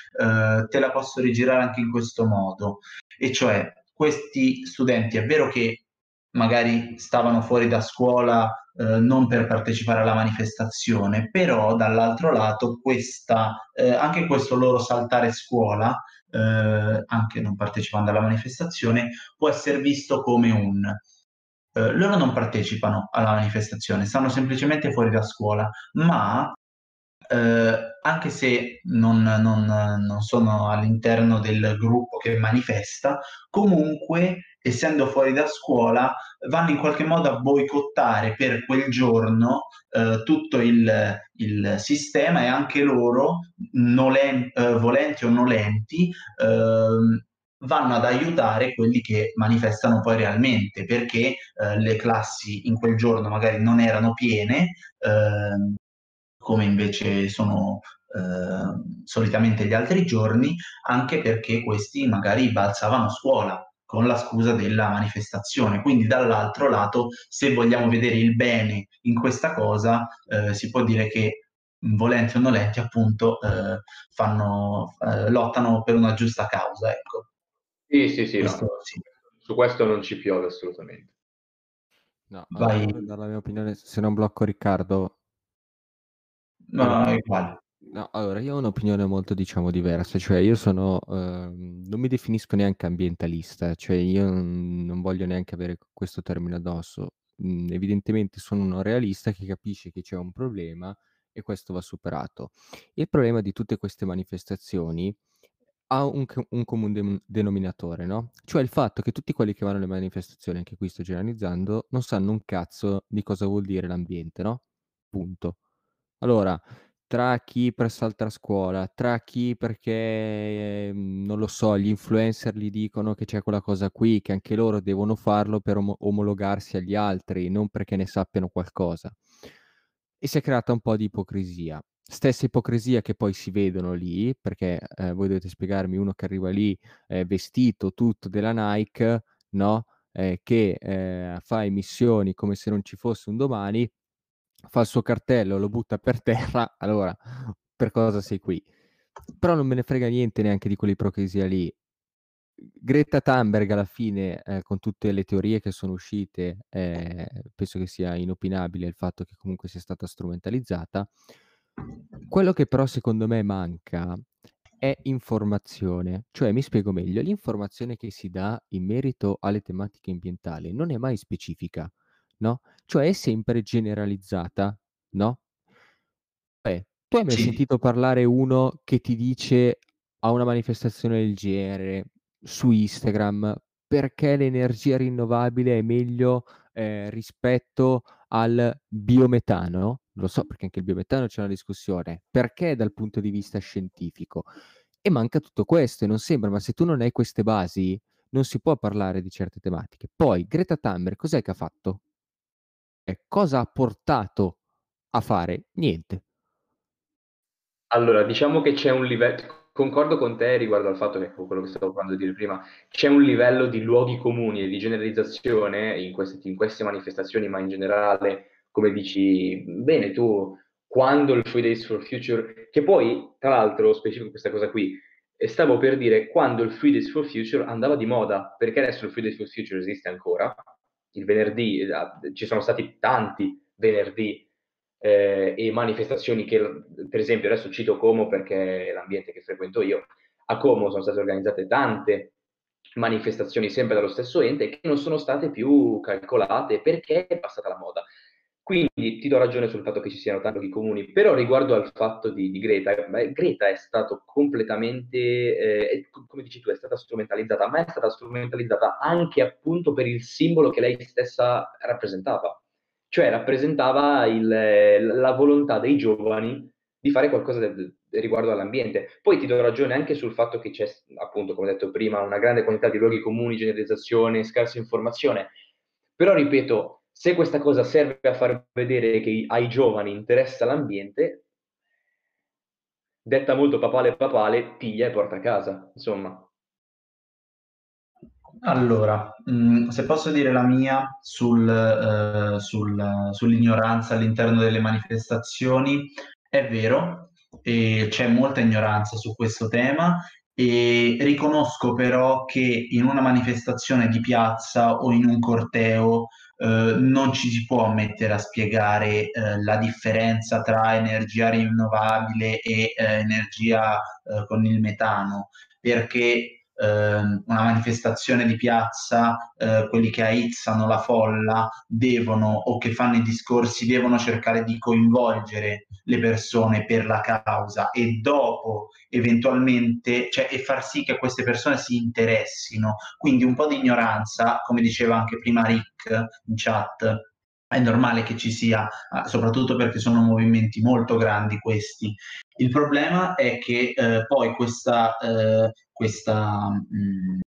S2: eh, te la posso rigirare anche in questo modo, e cioè questi studenti è vero che magari stavano fuori da scuola eh, non per partecipare alla manifestazione, però dall'altro lato questa, eh, anche questo loro saltare scuola, eh, anche non partecipando alla manifestazione, può essere visto come un... eh, loro non partecipano alla manifestazione, stanno semplicemente fuori da scuola, ma eh, anche se non, non- non sono all'interno del gruppo che manifesta, comunque, essendo fuori da scuola, vanno in qualche modo a boicottare per quel giorno eh, tutto il, il sistema, e anche loro, nolen- eh, volenti o nolenti, ehm, vanno ad aiutare quelli che manifestano poi realmente, perché eh, le classi in quel giorno magari non erano piene, ehm, come invece sono eh, solitamente gli altri giorni, anche perché questi magari balzavano a scuola con la scusa della manifestazione. Quindi dall'altro lato, se vogliamo vedere il bene in questa cosa, eh, si può dire che volenti o nolenti, appunto, eh, fanno, eh, lottano per una giusta causa, ecco.
S4: Sì, sì, sì, no,
S2: Questo sì.
S4: su questo non ci piove assolutamente.
S5: No, allora
S2: Vai,
S5: io devo dare la mia opinione, se non blocco Riccardo.
S2: no, è uguale.
S5: No, allora io ho un'opinione molto, diciamo, diversa, cioè io sono, ehm, non mi definisco neanche ambientalista, cioè io non, non voglio neanche avere questo termine addosso. Mm, evidentemente sono uno realista che capisce che c'è un problema e questo va superato. Il problema di tutte queste manifestazioni ha un, co- un comune dem- denominatore, no? Cioè il fatto che tutti quelli che vanno alle manifestazioni, anche qui sto generalizzando, non sanno un cazzo di cosa vuol dire l'ambiente, no? Punto. Allora, tra chi per saltare a scuola, tra chi perché, eh, non lo so, gli influencer gli dicono che c'è quella cosa qui, che anche loro devono farlo per om- omologarsi agli altri, non perché ne sappiano qualcosa. E si è creata un po' di ipocrisia. Stessa ipocrisia che poi si vedono lì, perché eh, voi dovete spiegarmi uno che arriva lì eh, vestito tutto della Nike, no? Eh, che eh, fa emissioni come se non ci fosse un domani, fa il suo cartello, lo butta per terra, allora per cosa sei qui? Però non me ne frega niente neanche di quell'ipocrisia lì. Greta Thunberg alla fine, eh, con tutte le teorie che sono uscite, eh, penso che sia inopinabile il fatto che comunque sia stata strumentalizzata. Quello che però secondo me manca è informazione, cioè mi spiego meglio, l'informazione che si dà in merito alle tematiche ambientali non è mai specifica, no? Cioè è sempre generalizzata, no? Eh, tu hai mai
S2: Sì,
S5: sentito parlare uno che ti dice a una manifestazione del genere su Instagram perché l'energia rinnovabile è meglio eh, rispetto al biometano? Lo so perché anche il biometano c'è una discussione. Perché dal punto di vista scientifico? E manca tutto questo e non sembra, ma se tu non hai queste basi non si può parlare di certe tematiche. Poi Greta Thunberg cos'è che ha fatto? E cosa ha portato a fare? Niente.
S4: Allora, diciamo che c'è un livello, concordo con te riguardo al fatto che, con quello che stavo provando a dire prima, c'è un livello di luoghi comuni e di generalizzazione in queste, in queste manifestazioni, ma in generale, come dici, bene, tu, quando il Fridays for Future, che poi, tra l'altro, specifico questa cosa qui, e stavo per dire quando il Fridays for Future andava di moda, perché adesso il Fridays for Future esiste ancora, il venerdì, eh, ci sono stati tanti venerdì eh, e manifestazioni che, per esempio, adesso cito Como perché è l'ambiente che frequento io, a Como sono state organizzate tante manifestazioni sempre dallo stesso ente che non sono state più calcolate perché è passata la moda. Quindi ti do ragione sul fatto che ci siano tanti luoghi comuni, però riguardo al fatto di, di Greta, beh, Greta è stato completamente, eh, come dici tu, è stata strumentalizzata, ma è stata strumentalizzata anche appunto per il simbolo che lei stessa rappresentava, cioè rappresentava il, la volontà dei giovani di fare qualcosa del, riguardo all'ambiente. Poi ti do ragione anche sul fatto che c'è, appunto, come detto prima, una grande quantità di luoghi comuni, generalizzazione, scarsa informazione, però ripeto, se questa cosa serve a far vedere che ai giovani interessa l'ambiente, detta molto papale papale, piglia e porta a casa, insomma.
S2: allora, mh, se posso dire la mia sul, eh, sul- sull'ignoranza all'interno delle manifestazioni, è vero, e c'è molta ignoranza su questo tema e riconosco però che in una manifestazione di piazza o in un corteo eh, non ci si può mettere a spiegare eh, la differenza tra energia rinnovabile e eh, energia eh, con il metano, perché ehm, una manifestazione di piazza, eh, quelli che aizzano la folla devono, o che fanno i discorsi, devono cercare di coinvolgere le persone per la causa e dopo eventualmente, cioè, e far sì che queste persone si interessino. Quindi un po' di ignoranza, come diceva anche prima Rick in chat, è normale che ci sia, soprattutto perché sono movimenti molto grandi questi. Il problema è che eh, poi questa, eh, questa, mh,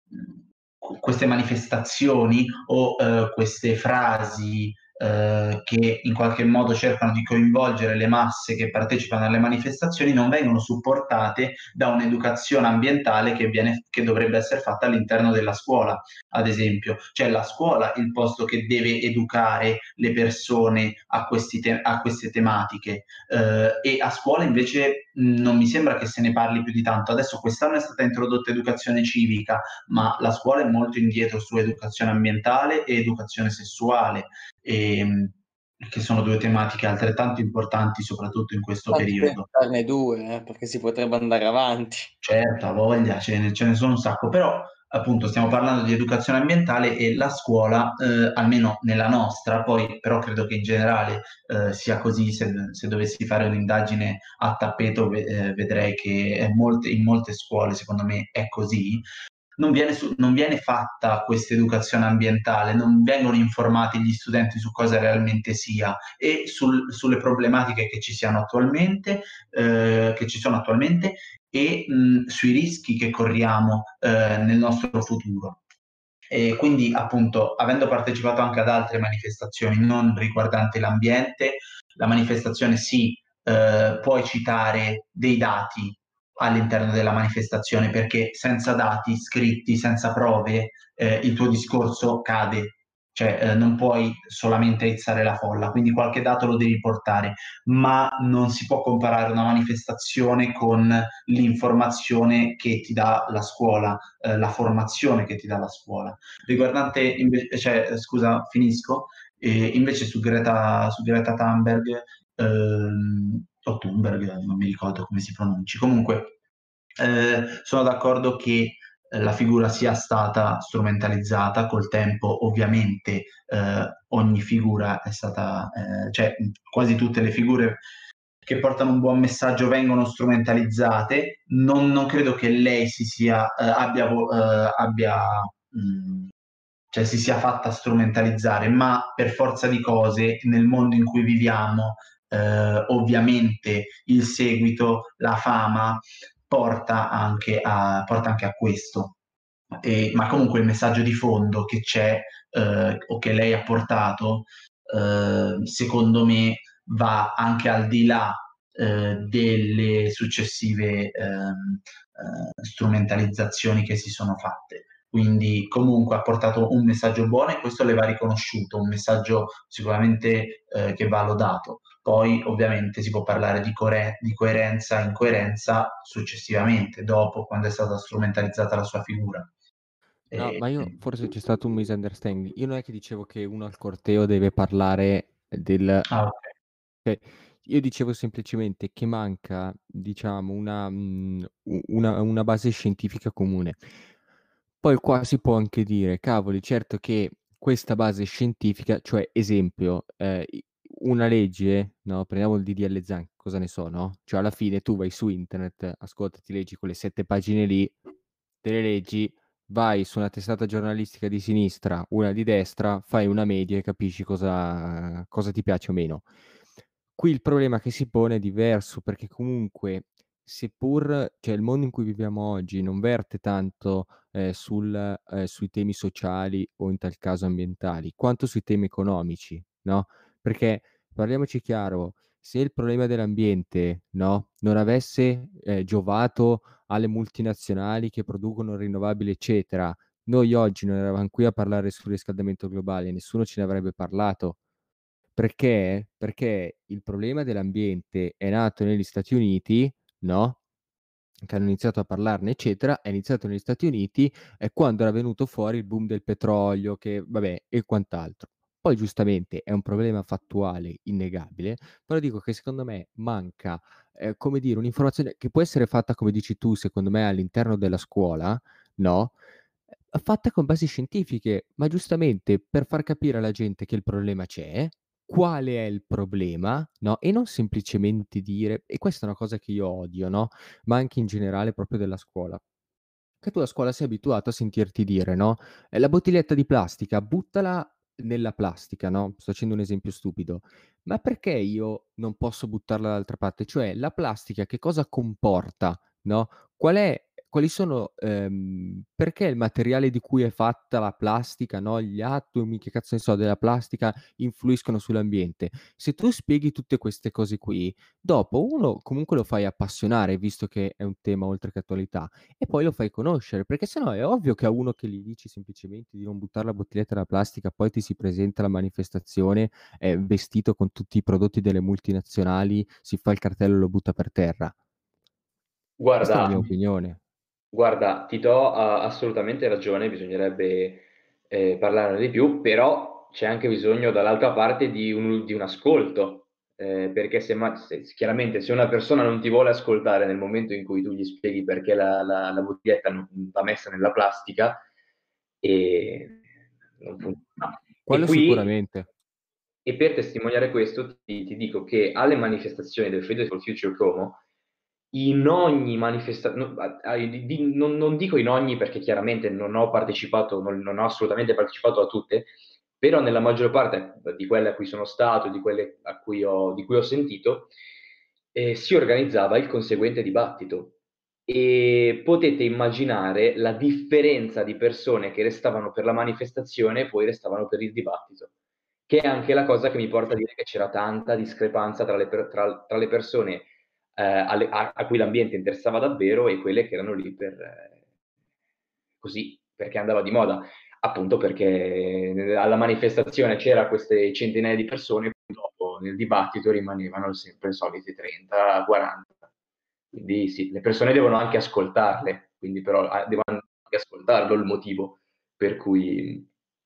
S2: queste manifestazioni o eh, queste frasi eh, che in qualche modo cercano di coinvolgere le masse che partecipano alle manifestazioni non vengono supportate da un'educazione ambientale che, viene, che dovrebbe essere fatta all'interno della scuola, ad esempio. Cioè la scuola il posto che deve educare le persone a, questi te- a queste tematiche eh, e a scuola invece mh, non mi sembra che se ne parli più di tanto. Adesso quest'anno è stata introdotta educazione civica, ma la scuola è molto indietro su educazione ambientale e educazione sessuale, e, che sono due tematiche altrettanto importanti, soprattutto in questo
S1: Infatti per
S2: periodo.
S1: farne due, eh, perché si potrebbe andare avanti.
S2: Certo, ha voglia, ce ne, ce ne sono un sacco, però appunto stiamo parlando di educazione ambientale e la scuola, eh, almeno nella nostra, poi però credo che in generale eh, sia così, se, se dovessi fare un'indagine a tappeto ve- eh, vedrei che è molte, in molte scuole secondo me è così, non viene, su, non viene fatta questa educazione ambientale, non vengono informati gli studenti su cosa realmente sia e sul, sulle problematiche che ci siano attualmente, eh, che ci sono attualmente e mh, sui rischi che corriamo eh, nel nostro futuro. E quindi, appunto, avendo partecipato anche ad altre manifestazioni non riguardanti l'ambiente, la manifestazione sì, eh, puoi citare dei dati all'interno della manifestazione, perché senza dati scritti, senza prove, eh, il tuo discorso cade. Cioè, eh, non puoi solamente aizzare la folla, quindi qualche dato lo devi portare, ma non si può comparare una manifestazione con l'informazione che ti dà la scuola, eh, la formazione che ti dà la scuola. Riguardante, invece, cioè, scusa, finisco, e invece su Greta, su Greta Thunberg, ehm, o Thunberg, non mi ricordo come si pronunci, comunque eh, sono d'accordo che eh, la figura sia stata strumentalizzata col tempo. Ovviamente eh, ogni figura è stata, eh, cioè quasi tutte le figure che portano un buon messaggio vengono strumentalizzate. Non, non credo che lei si sia, eh, abbia, eh, abbia mh, cioè si sia fatta strumentalizzare, ma per forza di cose nel mondo in cui viviamo, eh, ovviamente il seguito, la fama porta anche a, porta anche a questo. E, ma comunque il messaggio di fondo che c'è eh, o che lei ha portato, eh, secondo me va anche al di là eh, delle successive ehm, eh, strumentalizzazioni che si sono fatte. Quindi comunque ha portato un messaggio buono e questo le va riconosciuto, un messaggio sicuramente eh, che va lodato. Poi ovviamente si può parlare di, core- di coerenza e incoerenza successivamente, dopo, quando è stata strumentalizzata la sua figura.
S5: No,
S2: E...
S5: ma io forse c'è stato un misunderstanding. Io non è che dicevo che uno al corteo deve parlare del...
S2: Ah, ok.
S5: Cioè, io dicevo semplicemente che manca, diciamo, una, mm, u- una, una base scientifica comune. Poi qua si può anche dire, cavoli, certo che questa base scientifica, cioè esempio, eh, i- una legge, no? Prendiamo il D D L Zan, cosa ne so, no? Cioè alla fine tu vai su internet, ascoltati, leggi quelle sette pagine lì, te le leggi, vai su una testata giornalistica di sinistra, una di destra, fai una media e capisci cosa, cosa ti piace o meno. Qui il problema che si pone è diverso, perché comunque, seppur cioè, il mondo in cui viviamo oggi non verte tanto eh, sul, eh, sui temi sociali o in tal caso ambientali, quanto sui temi economici, no? Perché parliamoci chiaro, se il problema dell'ambiente, no, non avesse eh, giovato alle multinazionali che producono rinnovabili, eccetera, noi oggi non eravamo qui a parlare sul riscaldamento globale, nessuno ce ne avrebbe parlato. Perché? Perché il problema dell'ambiente è nato negli Stati Uniti, no? Che hanno iniziato a parlarne, eccetera, è iniziato negli Stati Uniti e quando era venuto fuori il boom del petrolio, che vabbè, e quant'altro. Poi giustamente è un problema fattuale, innegabile, però dico che secondo me manca, eh, come dire, un'informazione che può essere fatta, come dici tu, secondo me, all'interno della scuola, no? Eh, Fatta con basi scientifiche, ma giustamente per far capire alla gente che il problema c'è, quale è il problema, no? E non semplicemente dire, e questa è una cosa che io odio, no? Ma anche in generale proprio della scuola. Che tu a scuola sei abituato a sentirti dire, no? "Eh, La bottiglietta di plastica, buttala nella plastica, no? Sto facendo un esempio stupido. Ma perché io non posso buttarla dall'altra parte? Cioè, la plastica che cosa comporta, no? Qual è, quali sono, ehm, perché il materiale di cui è fatta la plastica, no? Gli atomi, che cazzo ne so, della plastica influiscono sull'ambiente. Se tu spieghi tutte queste cose qui, dopo uno comunque lo fai appassionare, visto che è un tema oltre che attualità e poi lo fai conoscere, perché sennò è ovvio che a uno che gli dici semplicemente di non buttare la bottiglietta della plastica, poi ti si presenta alla manifestazione eh, vestito con tutti i prodotti delle multinazionali, si fa il cartello e lo butta per terra. Questa è la
S4: Guarda,
S5: mia opinione.
S4: Guarda, ti do uh, assolutamente ragione, bisognerebbe eh, parlarne di più, però c'è anche bisogno dall'altra parte di un, di un ascolto, eh, perché se, ma- se- chiaramente se una persona non ti vuole ascoltare nel momento in cui tu gli spieghi perché la, la, la bottiglietta non va messa nella plastica, e non funziona. E
S5: Quello
S4: qui,
S5: sicuramente.
S4: e per testimoniare questo, ti, ti dico che alle manifestazioni del Fridays for Future Como in ogni manifestazione, non, non dico in ogni perché chiaramente non ho partecipato, non, non ho assolutamente partecipato a tutte, però nella maggior parte di quelle a cui sono stato, di quelle a cui ho, di cui ho sentito, eh, si organizzava il conseguente dibattito. E potete immaginare la differenza di persone che restavano per la manifestazione e poi restavano per il dibattito, che è anche la cosa che mi porta a dire che c'era tanta discrepanza tra le, per, tra, tra le persone eh, alle, a, a, cui l'ambiente interessava davvero e quelle che erano lì per eh, così, perché andava di moda, appunto perché alla manifestazione c'era queste centinaia di persone, dopo nel dibattito rimanevano sempre i soliti trenta quaranta. Quindi sì, le persone devono anche ascoltarle, quindi però devono anche ascoltarlo il motivo per cui,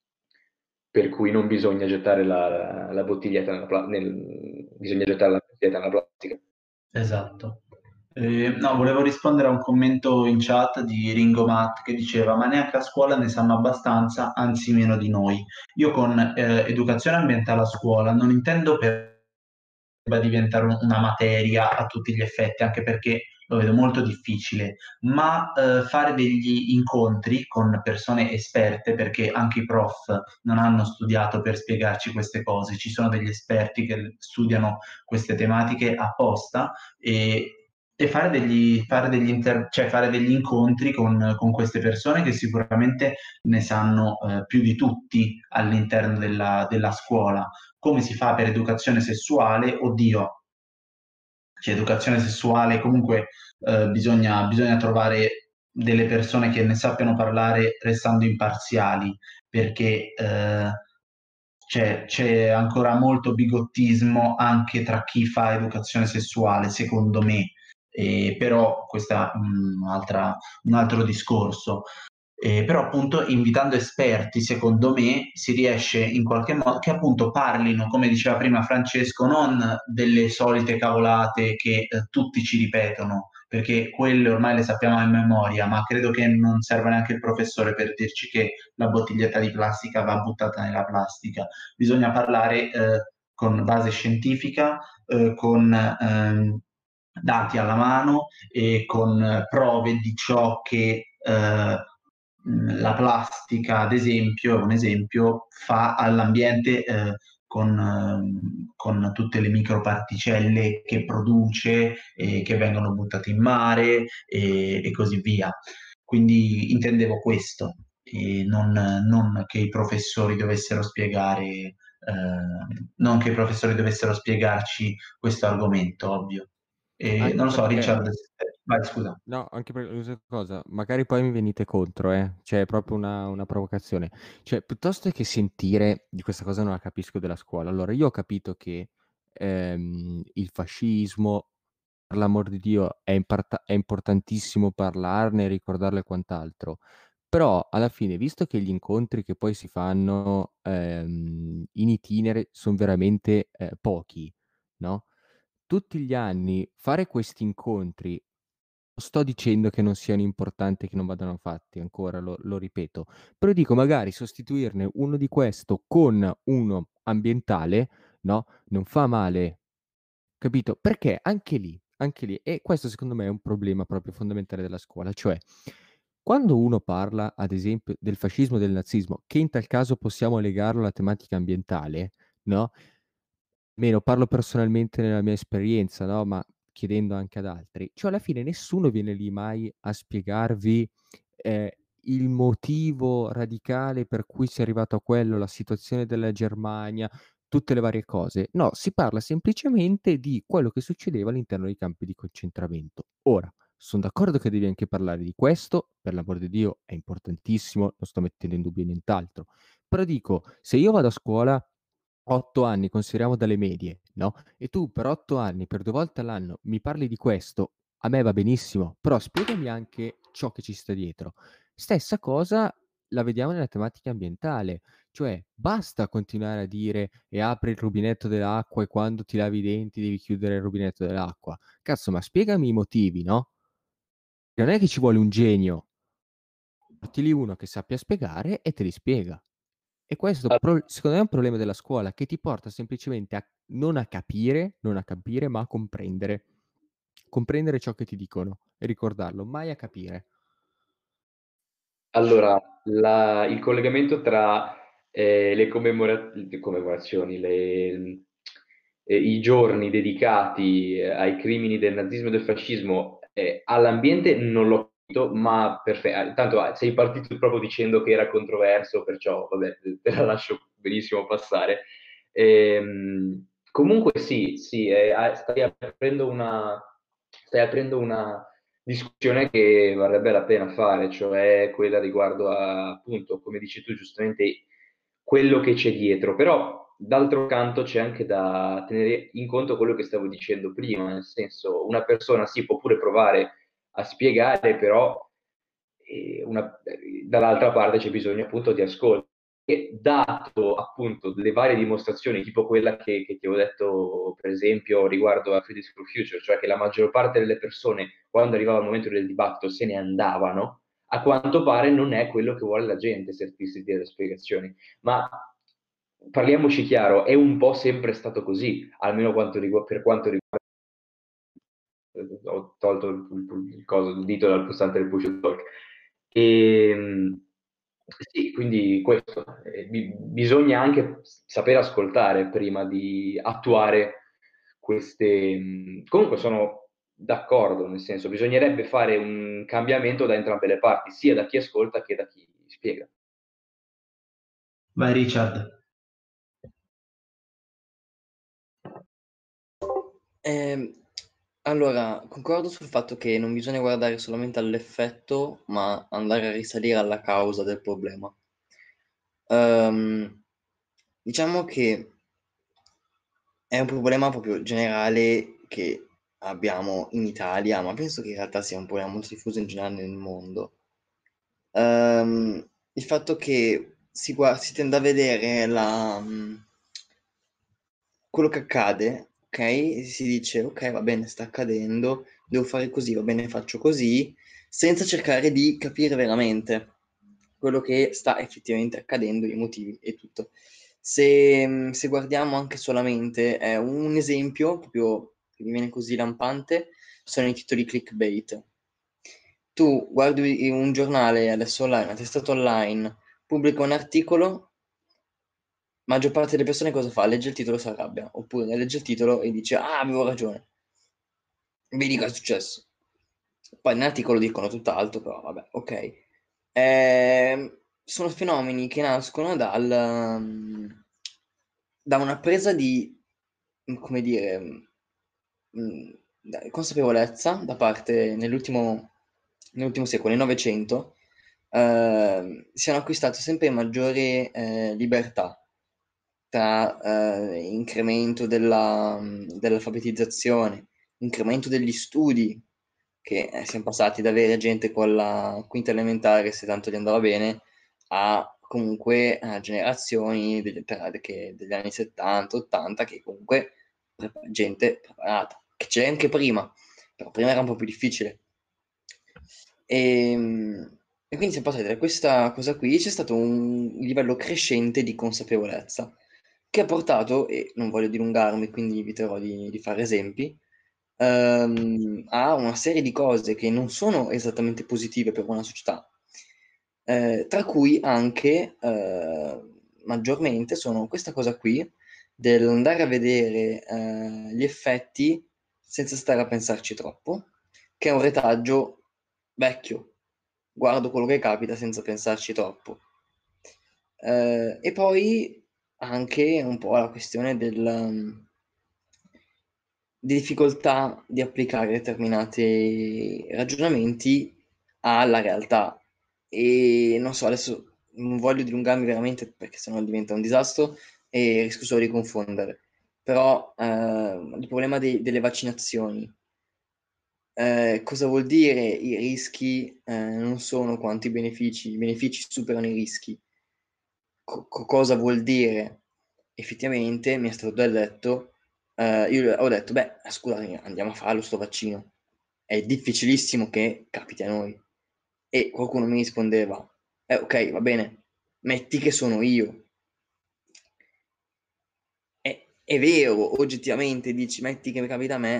S4: per cui non bisogna gettare la, la bottiglietta nella, pla- nel, bisogna gettare la bottiglietta nella plastica.
S2: Esatto. Eh, no, volevo rispondere a un commento in chat di Ringo Matt che diceva: ma neanche a scuola ne sanno abbastanza, anzi meno di noi. Io con eh, educazione ambientale a scuola non intendo per diventare un- una materia a tutti gli effetti, anche perché lo vedo molto difficile, ma eh, fare degli incontri con persone esperte, perché anche i prof non hanno studiato per spiegarci queste cose, ci sono degli esperti che studiano queste tematiche apposta e, e fare degli, fare degli, inter- cioè fare degli incontri con, con queste persone che sicuramente ne sanno eh, più di tutti all'interno della, della scuola. Come si fa per educazione sessuale? Oddio, c'è educazione sessuale, comunque eh, bisogna, bisogna trovare delle persone che ne sappiano parlare restando imparziali, perché eh, c'è, c'è ancora molto bigottismo anche tra chi fa educazione sessuale, secondo me. Eh, però questo è un, altra- un altro discorso. Eh, però appunto invitando esperti, secondo me, si riesce in qualche modo che appunto parlino, come diceva prima Francesco, non delle solite cavolate che eh, tutti ci ripetono, perché quelle ormai le sappiamo a memoria, ma credo che non serva neanche il professore per dirci che la bottiglietta di plastica va buttata nella plastica. Bisogna parlare eh, con base scientifica, eh, con ehm, dati alla mano e con eh, prove di ciò che eh, la plastica, ad esempio, è un esempio, fa all'ambiente eh, con, eh, con tutte le microparticelle che produce e che vengono buttate in mare e, e così via. Quindi intendevo questo, e non, non che i professori dovessero spiegare, eh, non che i professori dovessero spiegarci questo argomento, ovvio. E,
S5: Anche
S2: non lo so,
S5: perché,
S2: Richard, vai, scusa.
S5: no, anche perché questa cosa, magari poi mi venite contro, eh? Cioè, è proprio una, una provocazione. Cioè, piuttosto che sentire di questa cosa non la capisco della scuola. Allora, io ho capito che ehm, il fascismo, per l'amor di Dio, è, imparta- è importantissimo parlarne, ricordarlo e quant'altro. Però, alla fine, visto che gli incontri che poi si fanno ehm, in itinere sono veramente eh, pochi, no? Tutti gli anni fare questi incontri, non sto dicendo che non siano importanti e che non vadano fatti, ancora lo, lo ripeto, però dico magari sostituirne uno di questo con uno ambientale, no? Non fa male, capito? Perché anche lì, anche lì, e questo secondo me è un problema proprio fondamentale della scuola, cioè quando uno parla, ad esempio, del fascismo e del nazismo, che in tal caso possiamo legarlo alla tematica ambientale, no? Almeno parlo personalmente nella mia esperienza, no, ma chiedendo anche ad altri, cioè alla fine nessuno viene lì mai a spiegarvi, ehm, il motivo radicale per cui si è arrivato a quello, la situazione della Germania, tutte le varie cose. No, si parla semplicemente di quello che succedeva all'interno dei campi di concentramento. Ora, son d'accordo che devi anche parlare di questo, per l'amor di Dio è importantissimo, non sto mettendo in dubbio nient'altro. Però dico, se io vado a scuola otto anni, consideriamo dalle medie, no, e tu per otto anni, per due volte all'anno mi parli di questo, a me va benissimo, però spiegami anche ciò che ci sta dietro. Stessa cosa la vediamo nella tematica ambientale, cioè basta continuare a dire: "E apri il rubinetto dell'acqua e quando ti lavi i denti devi chiudere il rubinetto dell'acqua". Cazzo, ma spiegami i motivi, no? Non è che ci vuole un genio, porti lì uno che sappia spiegare e te li spiega. E questo pro secondo me è un problema della scuola, che ti porta semplicemente a non a capire non a capire, ma a comprendere. comprendere ciò che ti dicono e ricordarlo, mai a capire.
S4: Allora, la- il collegamento tra eh, le, commemora- le commemorazioni, le- eh, i giorni dedicati eh, ai crimini del nazismo e del fascismo eh, all'ambiente non l'ho capito, ma perfetto. Tanto ah, sei partito proprio dicendo che era controverso, perciò vabbè, te la lascio benissimo passare. Ehm, comunque sì, sì, eh, ah, stai aprendo una, stai aprendo una discussione che varrebbe la pena fare, cioè quella riguardo a, appunto, come dici tu giustamente, quello che c'è dietro. Però, d'altro canto, c'è anche da tenere in conto quello che stavo dicendo prima, nel senso, una persona si può pure provare a spiegare, però eh, una- eh, dall'altra parte c'è bisogno appunto di ascolto. E dato appunto le varie dimostrazioni, tipo quella che, che ti ho detto, per esempio, riguardo a Fridays for Future, cioè che la maggior parte delle persone, quando arrivava il momento del dibattito, se ne andavano, a quanto pare non è quello che vuole la gente, sentirsi dire le spiegazioni. Ma parliamoci chiaro, è un po' sempre stato così, almeno quanto rigu- per quanto riguarda. Ho tolto il, il- il coso, il dito dal pulsante del push talk. E, sì, quindi questo, eh, bi- bisogna anche sapere ascoltare prima di attuare queste. mh, Comunque sono d'accordo, nel senso, bisognerebbe fare un cambiamento da entrambe le parti, sia da chi ascolta che da chi spiega.
S2: Vai Richard.
S1: Ehm, allora, concordo sul fatto che non bisogna guardare solamente all'effetto, ma andare a risalire alla causa del problema. Ehm, diciamo che è un problema proprio generale che abbiamo in Italia, ma penso che in realtà sia un problema molto diffuso in generale nel mondo. Ehm, il fatto che si, gua- si tende a vedere la, mh, quello che accade, ok? E si dice, ok, va bene, sta accadendo, devo fare così, va bene, faccio così, senza cercare di capire veramente quello che sta effettivamente accadendo, i motivi e tutto. Se, se guardiamo anche solamente eh, un esempio, proprio che mi viene così lampante, sono i titoli clickbait. Tu guardi un giornale adesso online, una testata online, pubblica un articolo, maggior parte delle persone cosa fa? Legge il titolo e si arrabbia, oppure legge il titolo e dice ah, avevo ragione, vedi cosa è successo. Poi nell'articolo dicono tutt'altro, però vabbè, ok. Ehm, sono fenomeni che nascono dal, mm, da una presa di, mm, come dire, mm, da- consapevolezza da parte nell'ultimo, nell'ultimo secolo, nel Novecento, ehm, si hanno acquistato sempre maggiore eh, libertà tra eh, incremento della, dell'alfabetizzazione, incremento degli studi, che eh, siamo passati da avere gente con la quinta elementare, se tanto gli andava bene, a comunque a generazioni degli, per- che- degli anni settanta ottanta, che comunque pre- gente preparata, che c'è anche prima, però prima era un po' più difficile. E, e quindi siamo passati da questa cosa qui, c'è stato un livello crescente di consapevolezza che ha portato, e non voglio dilungarmi, quindi eviterò di, di fare esempi, ehm, a una serie di cose che non sono esattamente positive per una società, eh, tra cui anche eh, maggiormente sono questa cosa qui dell'andare a vedere eh, gli effetti senza stare a pensarci troppo, che è un retaggio vecchio. Guardo quello che capita senza pensarci troppo. Eh, e poi anche un po' la questione del, um, di difficoltà di applicare determinati ragionamenti alla realtà. E non so, adesso non voglio dilungarmi veramente perché sennò diventa un disastro e rischio solo di confondere. Però eh, il problema dei- delle vaccinazioni, eh, cosa vuol dire i rischi eh, non sono quanto i benefici, i benefici superano i rischi. Co- co- cosa vuol dire? Effettivamente mi è stato detto, eh, io ho detto, beh, scusate, andiamo a farlo sto vaccino. È difficilissimo che capiti a noi. E qualcuno mi rispondeva, eh, ok, va bene, metti che sono io. È, è vero, oggettivamente dici, metti che mi capita a me,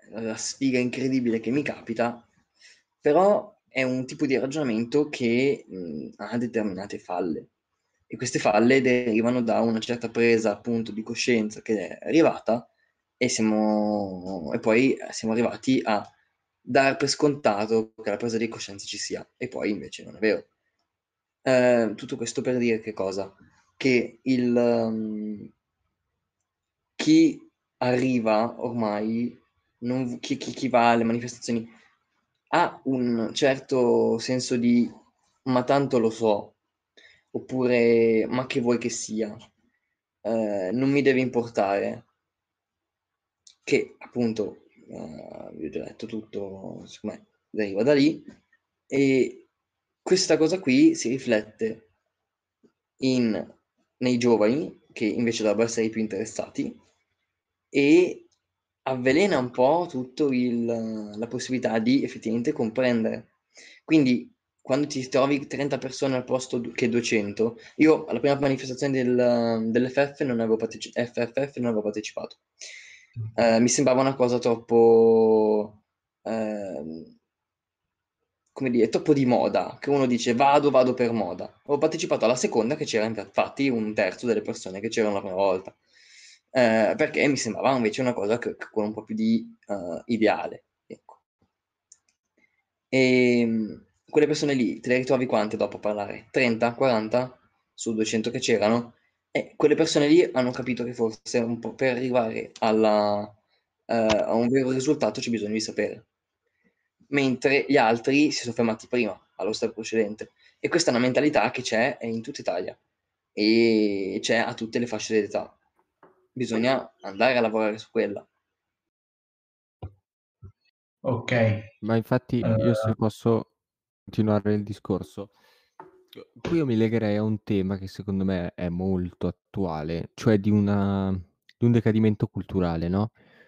S1: la sfiga incredibile che mi capita, però è un tipo di ragionamento che mh, ha determinate falle, e queste falle derivano da una certa presa appunto di coscienza che è arrivata, e, siamo, e poi siamo arrivati a dar per scontato che la presa di coscienza ci sia, e poi invece non è vero. Eh, tutto questo per dire che cosa? Che il, um, chi arriva ormai, non, chi, chi, chi va alle manifestazioni, ha un certo senso di ma tanto lo so, oppure ma che vuoi che sia, eh, non mi deve importare, che appunto, eh, vi ho già detto tutto, secondo me deriva da lì, e questa cosa qui si riflette in, nei giovani, che invece dovrebbero essere i più interessati, e avvelena un po' tutto il, la possibilità di effettivamente comprendere. Quindi quando ti trovi trenta persone al posto che duecento, io alla prima manifestazione del, dell'F F non avevo, parteci- F F F non avevo partecipato. Eh, mi sembrava una cosa troppo, ehm, come dire, troppo di moda, che uno dice vado, vado per moda. Ho partecipato alla seconda, che c'era infatti un terzo delle persone che c'erano la prima volta, eh, perché mi sembrava invece una cosa che, che con un po' più di uh, ideale. Ecco. E quelle persone lì, te le ritrovi quante dopo a parlare? trenta, quaranta su duecento che c'erano? E quelle persone lì hanno capito che forse un po' per arrivare alla, uh, a un vero risultato c'è bisogno di sapere, mentre gli altri si sono fermati prima, allo step precedente. E questa è una mentalità che c'è in tutta Italia e c'è a tutte le fasce d'età. Bisogna andare a lavorare su quella.
S2: Ok.
S5: Ma infatti
S2: Uh,
S5: io, se posso continuare il discorso, qui io mi legherei a un tema che secondo me è molto attuale, cioè di, una, di un decadimento culturale, no?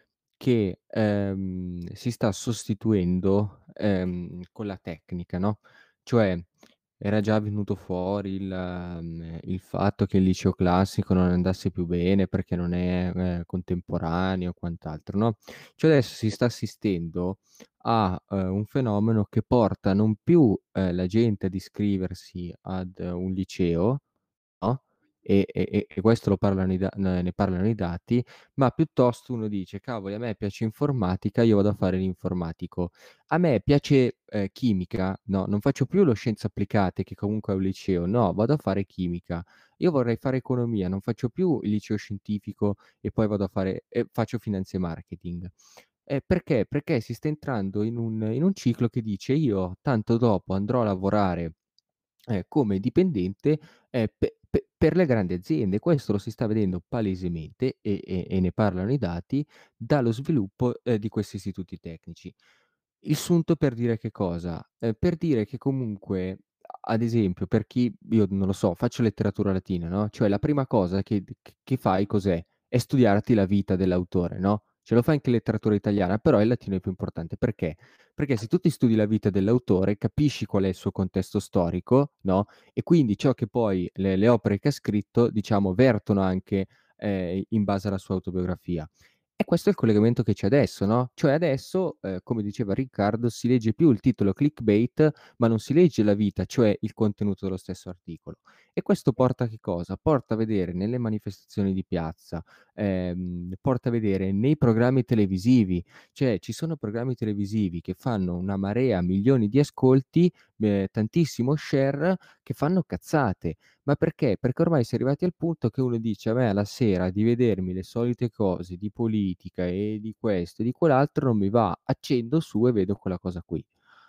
S5: Che ehm, si sta sostituendo ehm, con la tecnica, no? Cioè era già venuto fuori il, ehm, il fatto che il liceo classico non andasse più bene perché non è eh, contemporaneo o quant'altro, no? Cioè adesso si sta assistendo a eh, un fenomeno che porta non più eh, la gente ad iscriversi ad eh, un liceo, no? E, e- e questo lo parlano i da- ne parlano i dati, ma piuttosto uno dice, cavoli, a me piace informatica, io vado a fare l'informatico. A me piace eh, chimica, no, non faccio più lo scienze applicate che comunque è un liceo, no, vado a fare chimica. Io vorrei fare economia, non faccio più il liceo scientifico e poi vado a fare, e faccio finanza e marketing. Eh, perché? Perché si sta entrando in un, in un ciclo che dice io tanto dopo andrò a lavorare eh, come dipendente eh, pe- pe- per le grandi aziende. Questo lo si sta vedendo palesemente e, e- e ne parlano i dati dallo sviluppo eh, di questi istituti tecnici. Il sunto per dire che cosa? Eh, per dire che comunque, ad esempio, per chi, io non lo so, faccio letteratura latina, no? Cioè la prima cosa che, che fai cos'è? È studiarti la vita dell'autore, no? Ce lo fai anche in letteratura italiana, però il latino è più importante. Perché? Perché se tu ti studi la vita dell'autore, capisci qual è il suo contesto storico, no? E quindi ciò che poi le, le opere che ha scritto, diciamo, vertono anche eh, in base alla sua autobiografia. E questo è il collegamento che c'è adesso, no? Cioè adesso, eh, come diceva Riccardo, si legge più il titolo clickbait, ma non si legge la vita, cioè il contenuto dello stesso articolo. E questo porta a che cosa? Porta a vedere nelle manifestazioni di piazza, ehm, porta a vedere nei programmi televisivi, cioè ci sono programmi televisivi che fanno una marea, milioni di ascolti, eh, tantissimo share, che fanno cazzate. Ma perché? Perché ormai si è arrivati al punto che uno dice a me alla sera di vedermi le solite cose di politica e di questo e di quell'altro non mi va, accendo su e vedo quella cosa qui.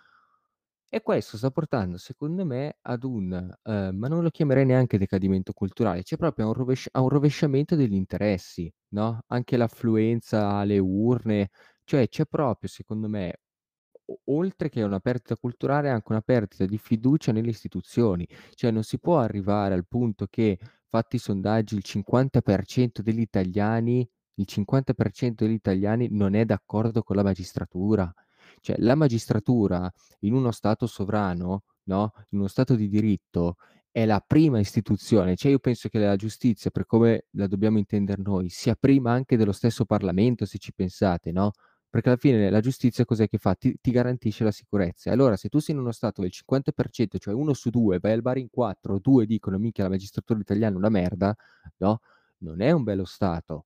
S5: E questo sta portando, secondo me, ad un, eh, ma non lo chiamerei neanche decadimento culturale, c'è proprio a un, rovesci- a un rovesciamento degli interessi, no? Anche l'affluenza alle urne, cioè c'è proprio, secondo me, o- oltre che una perdita culturale, anche una perdita di fiducia nelle istituzioni. Cioè non si può arrivare al punto che, fatti i sondaggi, il cinquanta per cento degli italiani, il cinquanta per cento degli italiani non è d'accordo con la magistratura. Cioè la magistratura in uno Stato sovrano, no? In uno Stato di diritto, è la prima istituzione. Cioè io penso che la giustizia, per come la dobbiamo intendere noi, sia prima anche dello stesso Parlamento, se ci pensate, no? perché alla fine la giustizia cos'è che fa? Ti, ti garantisce la sicurezza. E allora se tu sei in uno stato del cinquanta per cento, cioè uno su due, vai al bar in quattro, due dicono minchia la magistratura italiana è una merda, no? Non è un bello stato.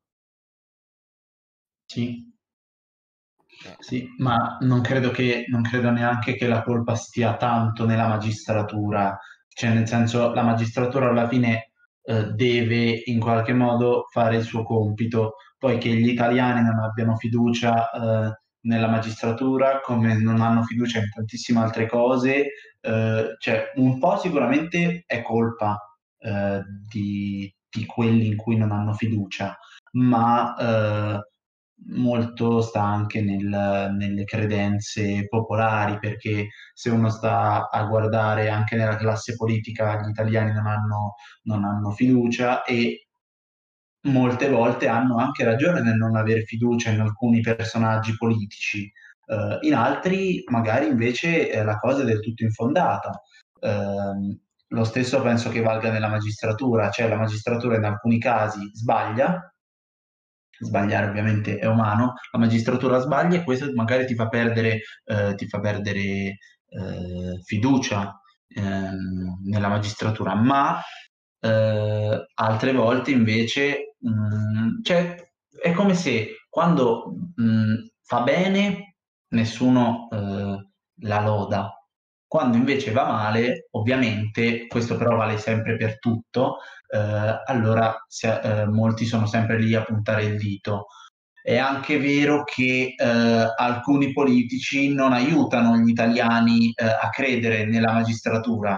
S2: Sì.
S5: Eh.
S2: Sì, ma non credo che, non credo neanche che la colpa stia tanto nella magistratura, cioè nel senso la magistratura alla fine eh, deve in qualche modo fare il suo compito, poi che gli italiani non abbiano fiducia eh, nella magistratura come non hanno fiducia in tantissime altre cose, eh, cioè un po' sicuramente è colpa eh, di, di quelli in cui non hanno fiducia, ma eh, molto sta anche nel- nelle credenze popolari, perché se uno sta a guardare anche nella classe politica, gli italiani non hanno, non hanno fiducia e molte volte hanno anche ragione nel non avere fiducia in alcuni personaggi politici. Eh, in altri magari invece eh, la cosa è del tutto infondata. Ehm, lo stesso penso che valga nella magistratura, cioè la magistratura in alcuni casi sbaglia, sbagliare ovviamente è umano, la magistratura sbaglia e questo magari ti fa perdere, eh, ti fa perdere eh, fiducia ehm, nella magistratura, ma eh, altre volte invece mh, cioè, è come se quando mh, fa bene nessuno eh, la loda. Quando invece va male, ovviamente, questo però vale sempre per tutto, eh, allora si- eh, molti sono sempre lì a puntare il dito. È anche vero che eh, alcuni politici non aiutano gli italiani eh, a credere nella magistratura.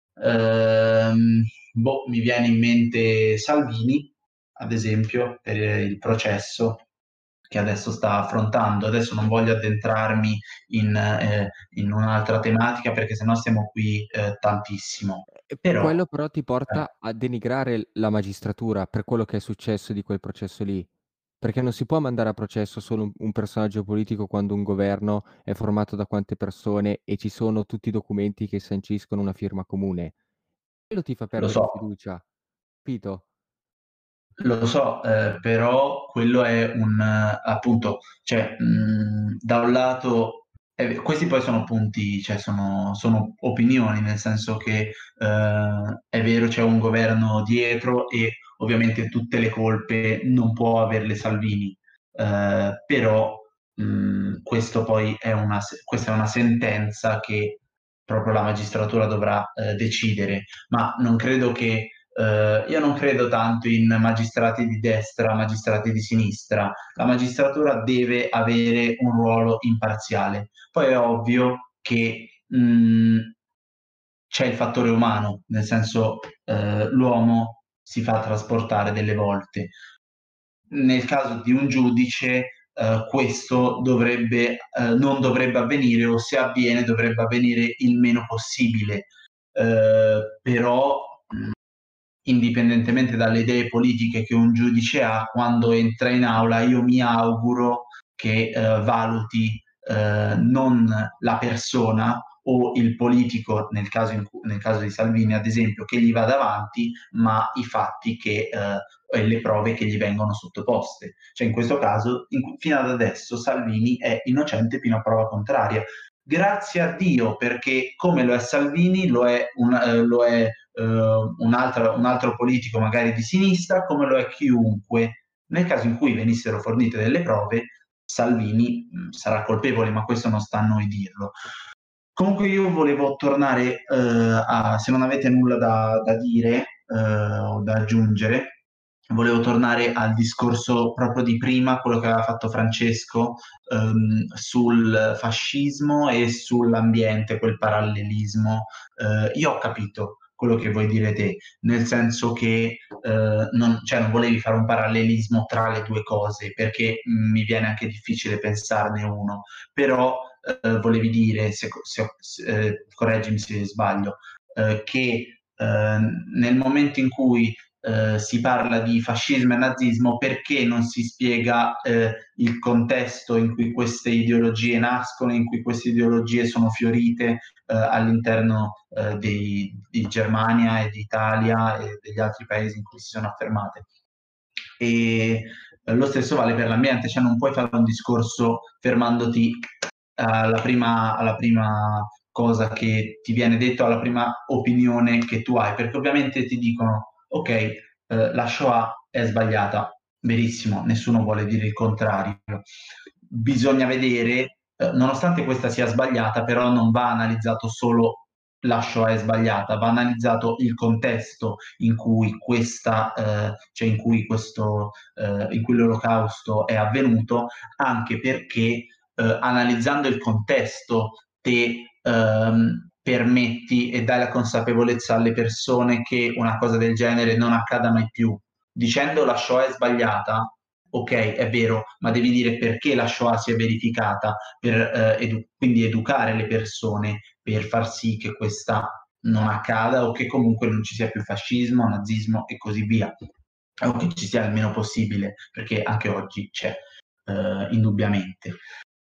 S2: Ehm, boh, mi viene in mente Salvini, ad esempio, per il processo che adesso sta affrontando. Adesso non voglio addentrarmi in, eh, in un'altra tematica perché sennò stiamo qui eh, tantissimo.
S5: E
S2: Però
S5: quello però ti
S2: eh,
S5: porta a denigrare la magistratura per quello che è successo di quel processo lì. Perché non si può mandare a processo solo un, un personaggio politico quando un governo è formato da quante persone e ci sono tutti i documenti che sanciscono una firma comune. Quello ti fa
S2: lo
S5: perdere
S2: so,
S5: fiducia, capito?
S2: Lo so, eh, però quello è un eh, appunto, cioè, mh, da un lato, eh, questi poi sono punti, cioè sono, sono opinioni, nel senso che eh, è vero c'è un governo dietro e ovviamente tutte le colpe non può averle Salvini, eh, però mh, questo poi è una, se- questa è una sentenza che proprio la magistratura dovrà eh, decidere, ma non credo che eh, io non credo tanto in magistrati di destra, magistrati di sinistra. La magistratura deve avere un ruolo imparziale. Poi è ovvio che mh, c'è il fattore umano, nel senso eh, l'uomo si fa trasportare delle volte. Nel caso di un giudice, eh, questo dovrebbe, eh, non dovrebbe avvenire o se avviene dovrebbe avvenire il meno possibile. Eh, però mh, indipendentemente dalle idee politiche che un giudice ha, quando entra in aula io mi auguro che eh, valuti eh, non la persona o il politico, nel caso, in cui, nel caso di Salvini ad esempio, che gli va davanti, ma i fatti che, eh, e le prove che gli vengono sottoposte. Cioè in questo caso, in, fino ad adesso, Salvini è innocente fino a prova contraria. Grazie a Dio, perché come lo è Salvini, lo è un, eh, lo è Uh, un, altro, un altro politico magari di sinistra, come lo è chiunque. Nel caso in cui venissero fornite delle prove, Salvini mh, sarà colpevole, ma questo non sta a noi dirlo. Comunque io volevo tornare uh, a, se non avete nulla da, da dire uh, o da aggiungere, volevo tornare al discorso proprio di prima, quello che aveva fatto Francesco um, sul fascismo e sull'ambiente, quel parallelismo. Uh, io ho capito quello che vuoi dire te, nel senso che eh, non, cioè non volevi fare un parallelismo tra le due cose, perché mh, mi viene anche difficile pensarne uno, però eh, volevi dire, se, se, se, eh, correggimi se sbaglio, eh, che eh, nel momento in cui eh, si parla di fascismo e nazismo, perché non si spiega eh, il contesto in cui queste ideologie nascono, in cui queste ideologie sono fiorite eh, all'interno eh, di, di Germania e di Italia e degli altri paesi in cui si sono affermate. E eh, lo stesso vale per l'ambiente, cioè non puoi fare un discorso fermandoti alla prima, alla prima cosa che ti viene detto, alla prima opinione che tu hai, perché ovviamente ti dicono, ok, eh, la Shoah è sbagliata, verissimo, nessuno vuole dire il contrario. Bisogna vedere, eh, nonostante questa sia sbagliata, però non va analizzato solo la Shoah è sbagliata, va analizzato il contesto in cui questa, eh, cioè in cui questo, eh, in cui l'olocausto è avvenuto, anche perché eh, analizzando il contesto te ehm, permetti e dai la consapevolezza alle persone che una cosa del genere non accada mai più. Dicendo la Shoah è sbagliata, ok, è vero, ma devi dire perché la Shoah si è verificata, per eh, edu- quindi educare le persone per far sì che questa non accada o che comunque non ci sia più fascismo, nazismo e così via, o che ci sia il meno possibile, perché anche oggi c'è, eh, indubbiamente.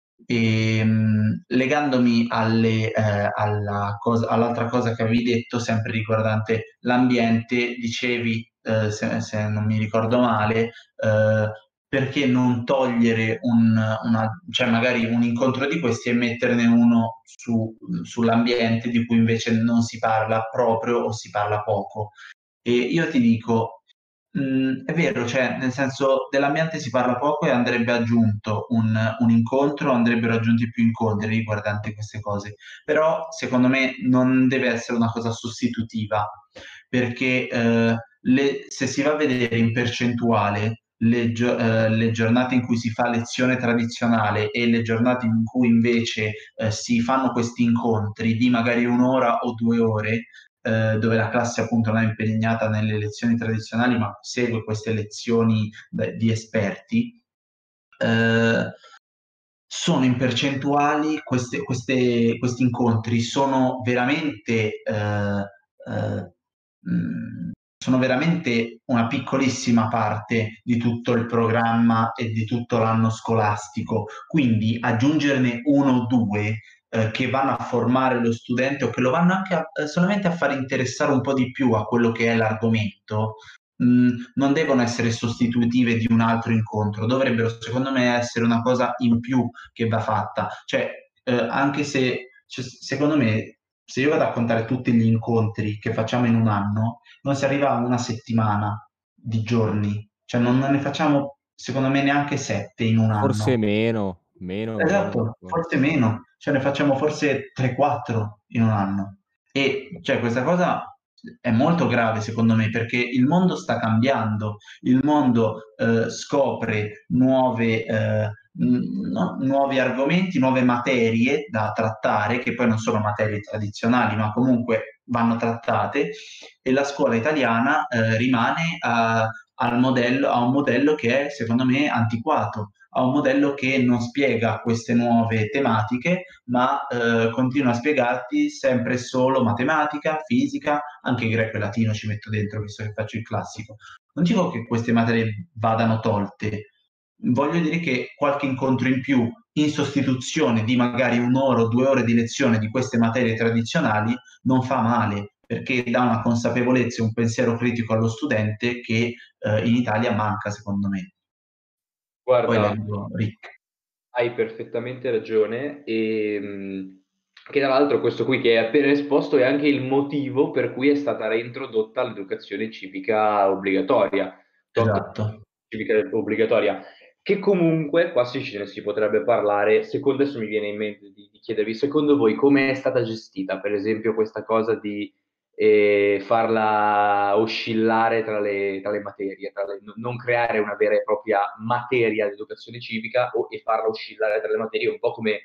S2: E, mh, legandomi alle, eh, alla cosa, all'altra cosa che avevi detto, sempre riguardante l'ambiente, dicevi, eh, se, se non mi ricordo male, eh, perché non togliere un, una, cioè magari un incontro di questi e metterne uno su, sull'ambiente di cui invece non si parla proprio o si parla poco. E io ti dico, mh, è vero, cioè nel senso dell'ambiente si parla poco e andrebbe aggiunto un, un incontro, andrebbero aggiunti più incontri riguardanti queste cose, però secondo me non deve essere una cosa sostitutiva, perché eh, le- se si va a vedere in percentuale le, gio- eh, le giornate in cui si fa lezione tradizionale e le giornate in cui invece eh, si fanno questi incontri di magari un'ora o due ore, eh, dove la classe appunto non è impegnata nelle lezioni tradizionali, ma segue queste lezioni da- di esperti, eh, sono in percentuali, queste- queste- questi incontri sono veramente, eh, eh, mh, sono veramente una piccolissima parte di tutto il programma e di tutto l'anno scolastico. Quindi aggiungerne uno o due eh, che vanno a formare lo studente o che lo vanno anche a- eh, solamente a far interessare un po' di più a quello che è l'argomento, mh, non devono essere sostitutive di un altro incontro, dovrebbero secondo me essere una cosa in più che va fatta. Cioè, eh, anche se, cioè, secondo me, se io vado a contare tutti gli incontri che facciamo in un anno, non si arriva a una settimana di giorni, cioè non, non ne facciamo, secondo me, neanche sette in un
S5: Forse
S2: anno.
S5: meno, meno, meno.
S2: Esatto, forse meno, cioè ne facciamo forse tre quattro in un anno. E cioè questa cosa è molto grave secondo me perché il mondo sta cambiando, il mondo eh, scopre nuove, eh, n- no- nuovi argomenti, nuove materie da trattare, che poi non sono materie tradizionali, ma comunque vanno trattate, e la scuola italiana eh, rimane a, al modello, a un modello che è secondo me antiquato, a un modello che non spiega queste nuove tematiche, ma eh, continua a spiegarti sempre e solo matematica, fisica, anche greco e latino ci metto dentro, visto che faccio il classico. Non dico che queste materie vadano tolte, voglio dire che qualche incontro in più in sostituzione di magari un'ora o due ore di lezione di queste materie tradizionali non fa male, perché dà una consapevolezza e un pensiero critico allo studente che eh, in Italia manca, secondo me. Poi
S4: Guarda,
S2: leggo Rick.
S4: hai perfettamente ragione e mh, che tra l'altro questo qui che hai appena esposto è anche il motivo per cui è stata reintrodotta l'educazione civica obbligatoria, tot-
S2: Esatto.
S4: civica obbligatoria, che comunque, qua sì ce ne si potrebbe parlare, secondo adesso mi viene in mente di, di chiedervi, secondo voi come è stata gestita, per esempio, questa cosa di eh, farla oscillare tra le, tra le materie, tra le- non creare una vera e propria materia di educazione civica o, e farla oscillare tra le materie un po' come,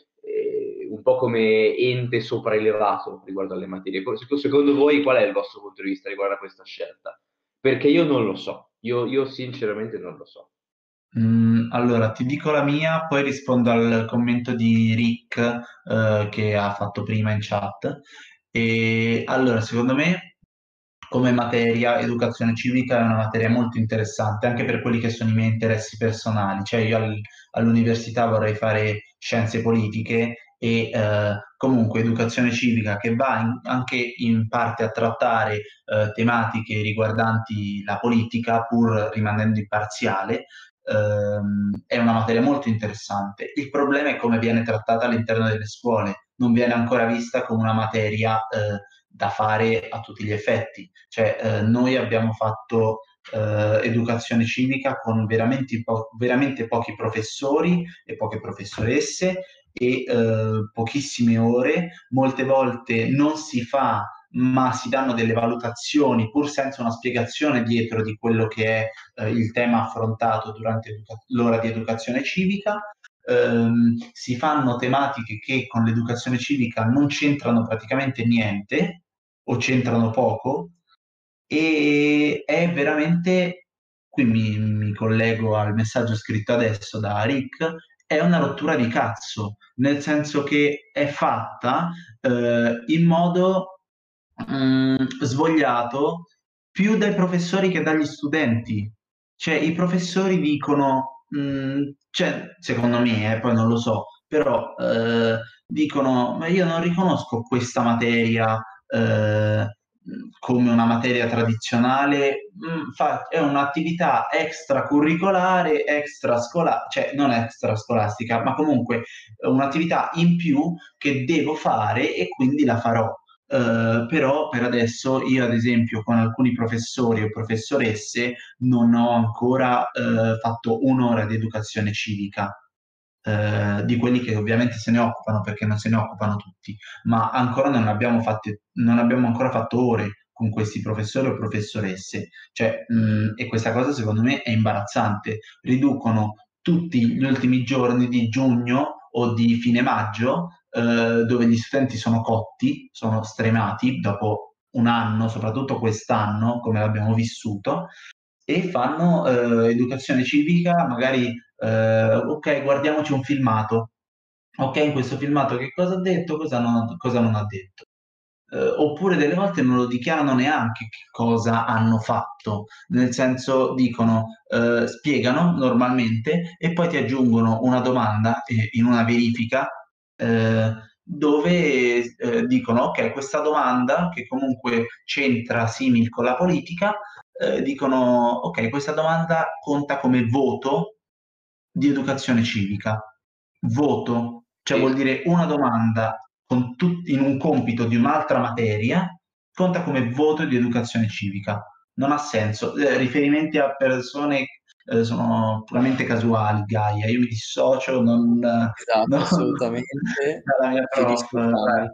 S4: eh, un po' come ente sopraelevato riguardo alle materie. Secondo voi qual è il vostro punto di vista riguardo a questa scelta? Perché io non lo so, io, io sinceramente non lo so.
S2: Mm, allora, ti dico la mia, poi rispondo al commento di Rick eh, che ha fatto prima in chat. E allora, secondo me, come materia, educazione civica è una materia molto interessante, anche per quelli che sono i miei interessi personali. Cioè, io al- all'università vorrei fare scienze politiche e eh, comunque educazione civica che va in- anche in parte a trattare eh, tematiche riguardanti la politica, pur rimanendo imparziale, ehm, è una materia molto interessante. Il problema è come viene trattata all'interno delle scuole, non viene ancora vista come una materia eh, da fare a tutti gli effetti. Cioè, eh, noi abbiamo fatto eh, educazione civica con veramente, po- veramente pochi professori e poche professoresse e eh, pochissime ore, molte volte non si fa, ma si danno delle valutazioni pur senza una spiegazione dietro di quello che è eh, il tema affrontato durante educa- l'ora di educazione civica. Ehm, si fanno tematiche che con l'educazione civica non c'entrano praticamente niente o c'entrano poco e è veramente, qui mi, mi collego al messaggio scritto adesso da Rick, è una rottura di cazzo, nel senso che è fatta eh, in modo mm, svogliato più dai professori che dagli studenti. Cioè, i professori dicono, mm, cioè, secondo me, eh, poi non lo so, però eh, dicono, ma io non riconosco questa materia eh, come una materia tradizionale, mm, fa- è un'attività extracurricolare, extrascolastica, cioè non extrascolastica, ma comunque eh, un'attività in più che devo fare e quindi la farò. Eh, però per adesso io, ad esempio, con alcuni professori o professoresse non ho ancora eh, fatto un'ora di educazione civica, eh, di quelli che ovviamente se ne occupano perché non se ne occupano tutti, ma ancora non abbiamo fatte- non abbiamo ancora fatto ore con questi professori o professoresse. Cioè, mh, e questa cosa secondo me è imbarazzante. Riducono tutti gli ultimi giorni di giugno o di fine maggio, eh, dove gli studenti sono cotti, sono stremati dopo un anno, soprattutto quest'anno, come l'abbiamo vissuto, e fanno eh, educazione civica, magari eh, ok, guardiamoci un filmato. Ok, in questo filmato che cosa ha detto, cosa non, cosa non ha detto. Eh, oppure delle volte non lo dichiarano neanche che cosa hanno fatto, nel senso dicono, eh, spiegano normalmente e poi ti aggiungono una domanda eh, in una verifica eh, dove eh, dicono, ok, questa domanda che comunque c'entra simil con la politica, eh, dicono, ok, questa domanda conta come voto di educazione civica. Voto, cioè vuol
S4: Sì.
S2: dire una domanda con tut- in un compito di un'altra materia, conta come voto di educazione civica. Non ha senso. Eh, riferimenti a persone eh, sono puramente casuali, Gaia. Io mi dissocio, non,
S1: Esatto,
S2: non-
S1: assolutamente.
S2: dalla mia
S1: Ci
S2: prof.
S1: dissociamo.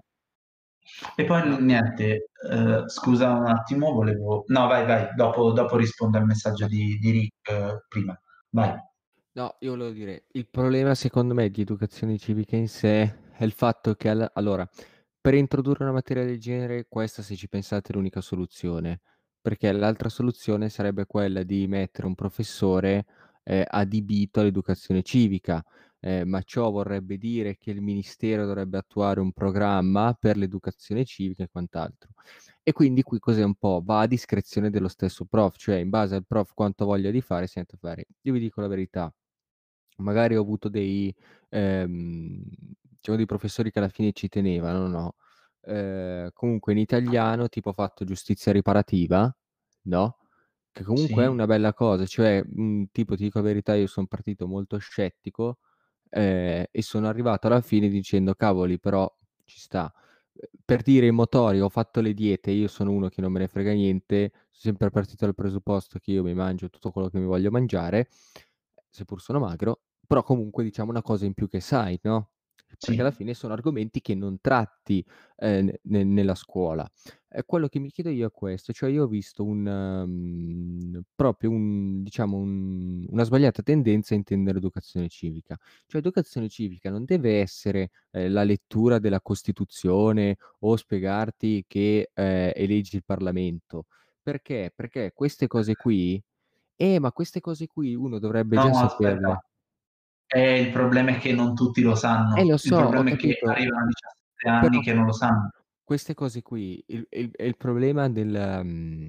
S2: E poi
S5: No,
S2: niente, eh, scusa un attimo, volevo... No, vai, vai, dopo, dopo rispondo al messaggio di, di Rick eh, prima. Vai.
S5: no, io volevo dire, il problema secondo me di educazione civica in sé è il fatto che, alla- allora, per introdurre una materia del genere, questa, se ci pensate, è l'unica soluzione, perché l'altra soluzione sarebbe quella di mettere un professore eh, adibito all'educazione civica, eh, ma ciò vorrebbe dire che il ministero dovrebbe attuare un programma per l'educazione civica e quant'altro. E quindi qui cos'è un po'? Va a discrezione dello stesso prof, cioè in base al prof quanto voglia di fare, si sente fare. Io vi dico la verità, magari ho avuto dei, ehm, diciamo dei professori che alla fine ci tenevano, no? Eh, comunque in italiano, tipo ho fatto giustizia riparativa, no? Che comunque è
S2: Sì,
S5: una bella cosa, cioè, mh, tipo, ti dico la verità, io sono partito molto scettico eh, e sono arrivato alla fine dicendo, cavoli, però ci sta. Per dire i motori, ho fatto le diete, io sono uno che non me ne frega niente, sono sempre partito dal presupposto che io mi mangio tutto quello che mi voglio mangiare, seppur sono magro, però comunque diciamo una cosa in più che sai, no? Perché alla
S2: sì.
S5: fine sono argomenti che non tratti eh, ne- ne- nella scuola. E quello che mi chiedo io è questo, cioè io ho visto un, um, proprio un, diciamo un- una sbagliata tendenza a intendere educazione civica. Cioè educazione civica non deve essere eh, la lettura della Costituzione o spiegarti che eh, eleggi il Parlamento. Perché? Perché queste cose qui, eh, ma queste cose qui uno dovrebbe già
S2: No, aspetta.
S5: saperle.
S2: Eh, il problema è che non tutti lo
S5: Eh,
S2: sanno.
S5: lo
S2: Il
S5: so, ho
S2: problema è che
S5: capito,
S2: arrivano a diciassette anni
S5: però
S2: che non lo sanno.
S5: queste cose qui, il, il- il problema del, mm,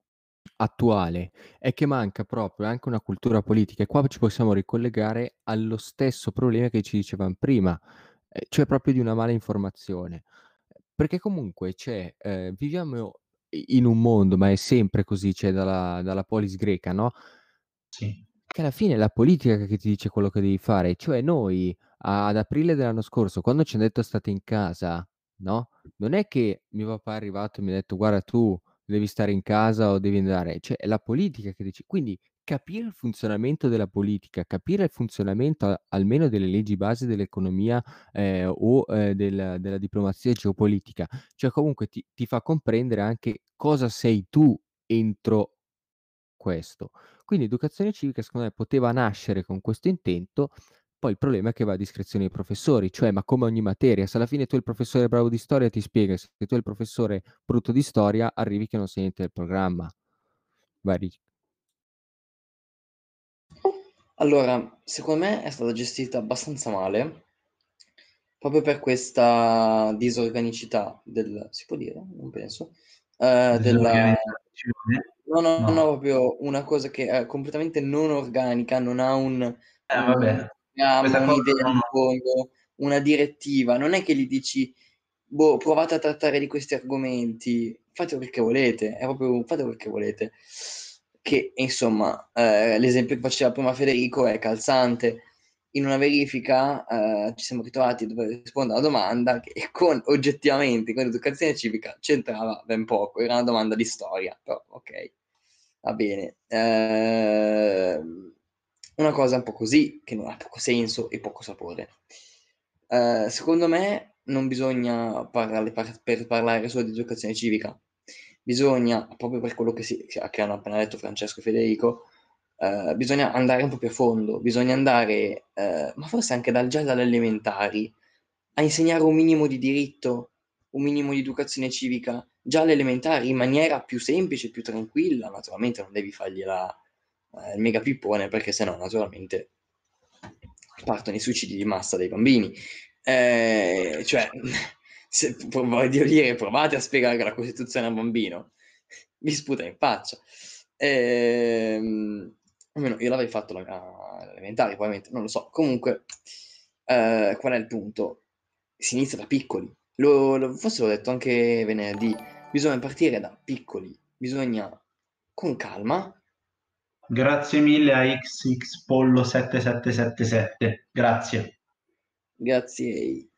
S5: attuale è che manca proprio anche una cultura politica e qua ci possiamo ricollegare allo stesso problema che ci dicevamo prima. eh, cioè proprio di una mala informazione. Perché comunque c'è, eh, viviamo in un mondo, ma è sempre così, c'è dalla, dalla polis greca, no?
S2: Sì.
S5: Che alla fine è la politica che ti dice quello che devi fare. Cioè noi a- ad aprile dell'anno scorso, quando ci hanno detto state in casa, no? Non è che mio papà è arrivato e mi ha detto guarda tu devi stare in casa o devi andare, cioè è la politica che dice. Quindi capire il funzionamento della politica, capire il funzionamento a- almeno delle leggi base dell'economia eh, o eh, del- della diplomazia geopolitica, cioè comunque ti, ti fa comprendere anche cosa sei tu entro questo. Quindi educazione civica secondo me poteva nascere con questo intento, poi il problema è che va a discrezione dei professori, cioè ma come ogni materia, se alla fine tu il professore bravo di storia ti spiega, se tu hai il professore brutto di storia, arrivi che non sei niente del programma. Vai, Rick.
S1: Allora, secondo me è stata gestita abbastanza male, proprio per questa disorganicità del, si può dire? Non penso, eh, della,
S2: Disorganizzazione?
S1: no, no, no,
S2: No.
S1: proprio una cosa che è completamente non organica, non ha un,
S2: Eh,
S1: un
S2: vabbè,
S1: programma,
S2: questa cosa
S1: un'idea
S2: non
S1: di
S2: ho.
S1: fondo, una direttiva. Non è che gli dici, boh, provate a trattare di questi argomenti, fate quel che volete, è proprio fate quel che volete. Che, insomma, eh, l'esempio che faceva prima Federico è calzante. In una verifica eh, ci siamo ritrovati a dover rispondere alla domanda che con, oggettivamente con educazione civica c'entrava ben poco, era una domanda di storia, però ok, va bene. Eh, una cosa un po' così, che non ha poco senso e poco sapore. Eh, secondo me non bisogna parlare par- per parlare solo di educazione civica, bisogna, proprio per quello che, si, che hanno appena detto Francesco e Federico, eh, bisogna andare un po' più a fondo, bisogna andare, eh, ma forse anche dal, già dalle elementari, a insegnare un minimo di diritto, un minimo di educazione civica, già alle elementari, in maniera più semplice, più tranquilla. Naturalmente non devi fargli la, eh, il mega pippone, perché sennò naturalmente partono i suicidi di massa dei bambini. Eh, cioè, se, voglio dire, provate a spiegare la Costituzione a un bambino, vi sputa in faccia. Ehm, almeno io l'avrei fatto all'elementare, probabilmente, non lo so. Comunque, eh, qual è il punto? Si inizia da piccoli. Lo, lo, forse l'ho detto anche venerdì, bisogna partire da piccoli, bisogna con calma.
S2: Grazie mille a X X Pollo sette sette sette sette, grazie.
S1: Grazie.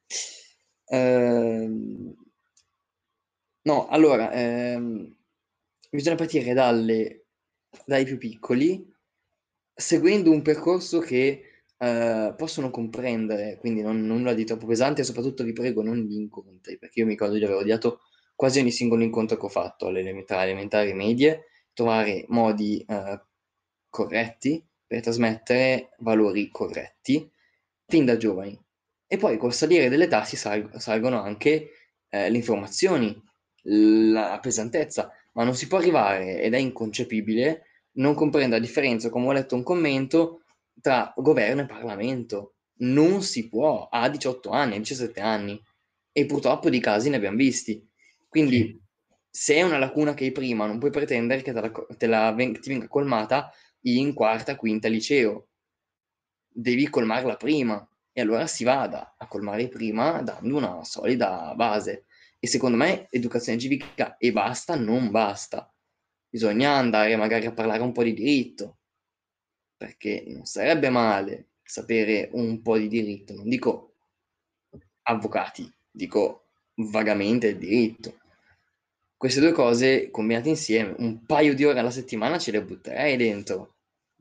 S1: Ehm, no, allora, ehm, bisogna partire dalle, dai più piccoli, seguendo un percorso che eh, possono comprendere, quindi non, non nulla di troppo pesante, e soprattutto vi prego non gli incontri, perché io mi ricordo di aver odiato quasi ogni singolo incontro che ho fatto alle elementari, elementari medie, trovare modi eh, corretti per trasmettere valori corretti fin da giovani. E poi col salire dell'età si sal- salgono anche eh, le informazioni, la pesantezza, ma non si può arrivare, ed è inconcepibile, non comprendere la differenza, come ho letto un commento, tra governo e Parlamento. Non si può, a diciotto anni, a diciassette anni, e purtroppo di casi ne abbiamo visti. Quindi,
S2: Sì.
S1: se è una lacuna che hai prima, non puoi pretendere che te la, te la ven- ti venga colmata in quarta, quinta liceo. Devi colmarla prima, e allora si vada a colmare prima dando una solida base. E secondo me educazione civica e basta non basta. Bisogna andare magari a parlare un po' di diritto, perché non sarebbe male sapere un po' di diritto, non dico avvocati, dico vagamente il diritto. Queste due cose combinate insieme, un paio di ore alla settimana ce le butterei dentro,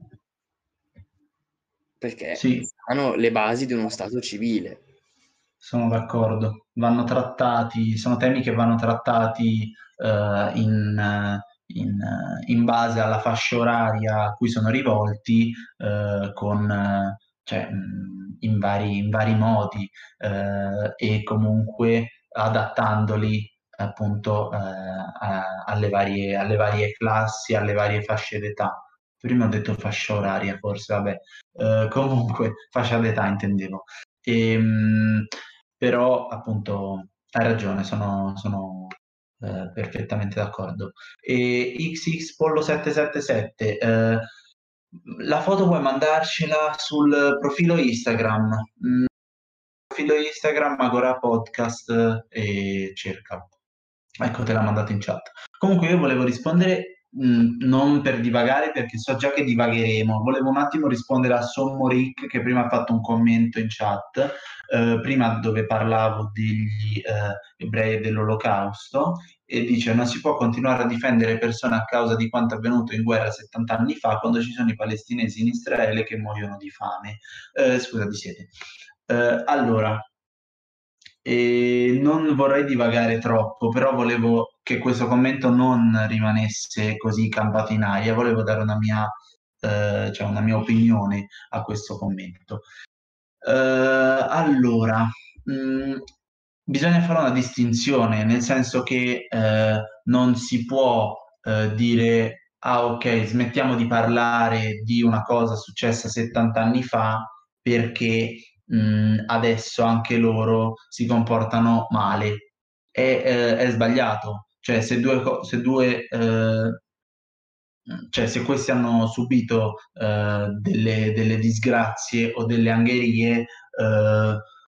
S1: perché
S2: Sì,
S1: hanno le basi di uno stato civile.
S2: sono d'accordo. Vanno trattati, sono temi che vanno trattati eh, in, eh, in, eh, in base alla fascia oraria a cui sono rivolti, eh, con, eh, cioè, mh, in vari, in vari modi eh, e comunque adattandoli appunto eh, a- alle varie, alle varie classi, alle varie fasce d'età. Prima ho detto fascia oraria, forse, vabbè. Eh, comunque, fascia d'età intendevo. Ehm, però appunto hai ragione, sono, sono, eh, perfettamente d'accordo. E X X Pollo sette sette sette, eh, la foto puoi mandarcela sul profilo Instagram. Mm, profilo Instagram, Agora Podcast, e cerca. Ecco, te l'ha mandato in chat. Comunque io volevo rispondere, mh, non per divagare, perché so già che divagheremo. Volevo un attimo rispondere a Sommo Rick, che prima ha fatto un commento in chat, eh, prima dove parlavo degli eh, ebrei e dell'Olocausto, e dice: non si può continuare a difendere persone a causa di quanto avvenuto in guerra settanta anni fa, quando ci sono i palestinesi in Israele che muoiono di fame. Eh, scusa, di sete. Eh, allora, e non vorrei divagare troppo, però volevo che questo commento non rimanesse così campato in aria, volevo dare una mia, eh, cioè una mia opinione a questo commento. Eh, allora, mh, bisogna fare una distinzione, nel senso che eh, non si può eh, dire: ah, ok, smettiamo di parlare di una cosa successa settanta anni fa perché mh, adesso anche loro si comportano male. È, eh, è sbagliato. Cioè, se due, co- se due eh, cioè, se questi hanno subito eh, delle, delle disgrazie o delle angherie, eh,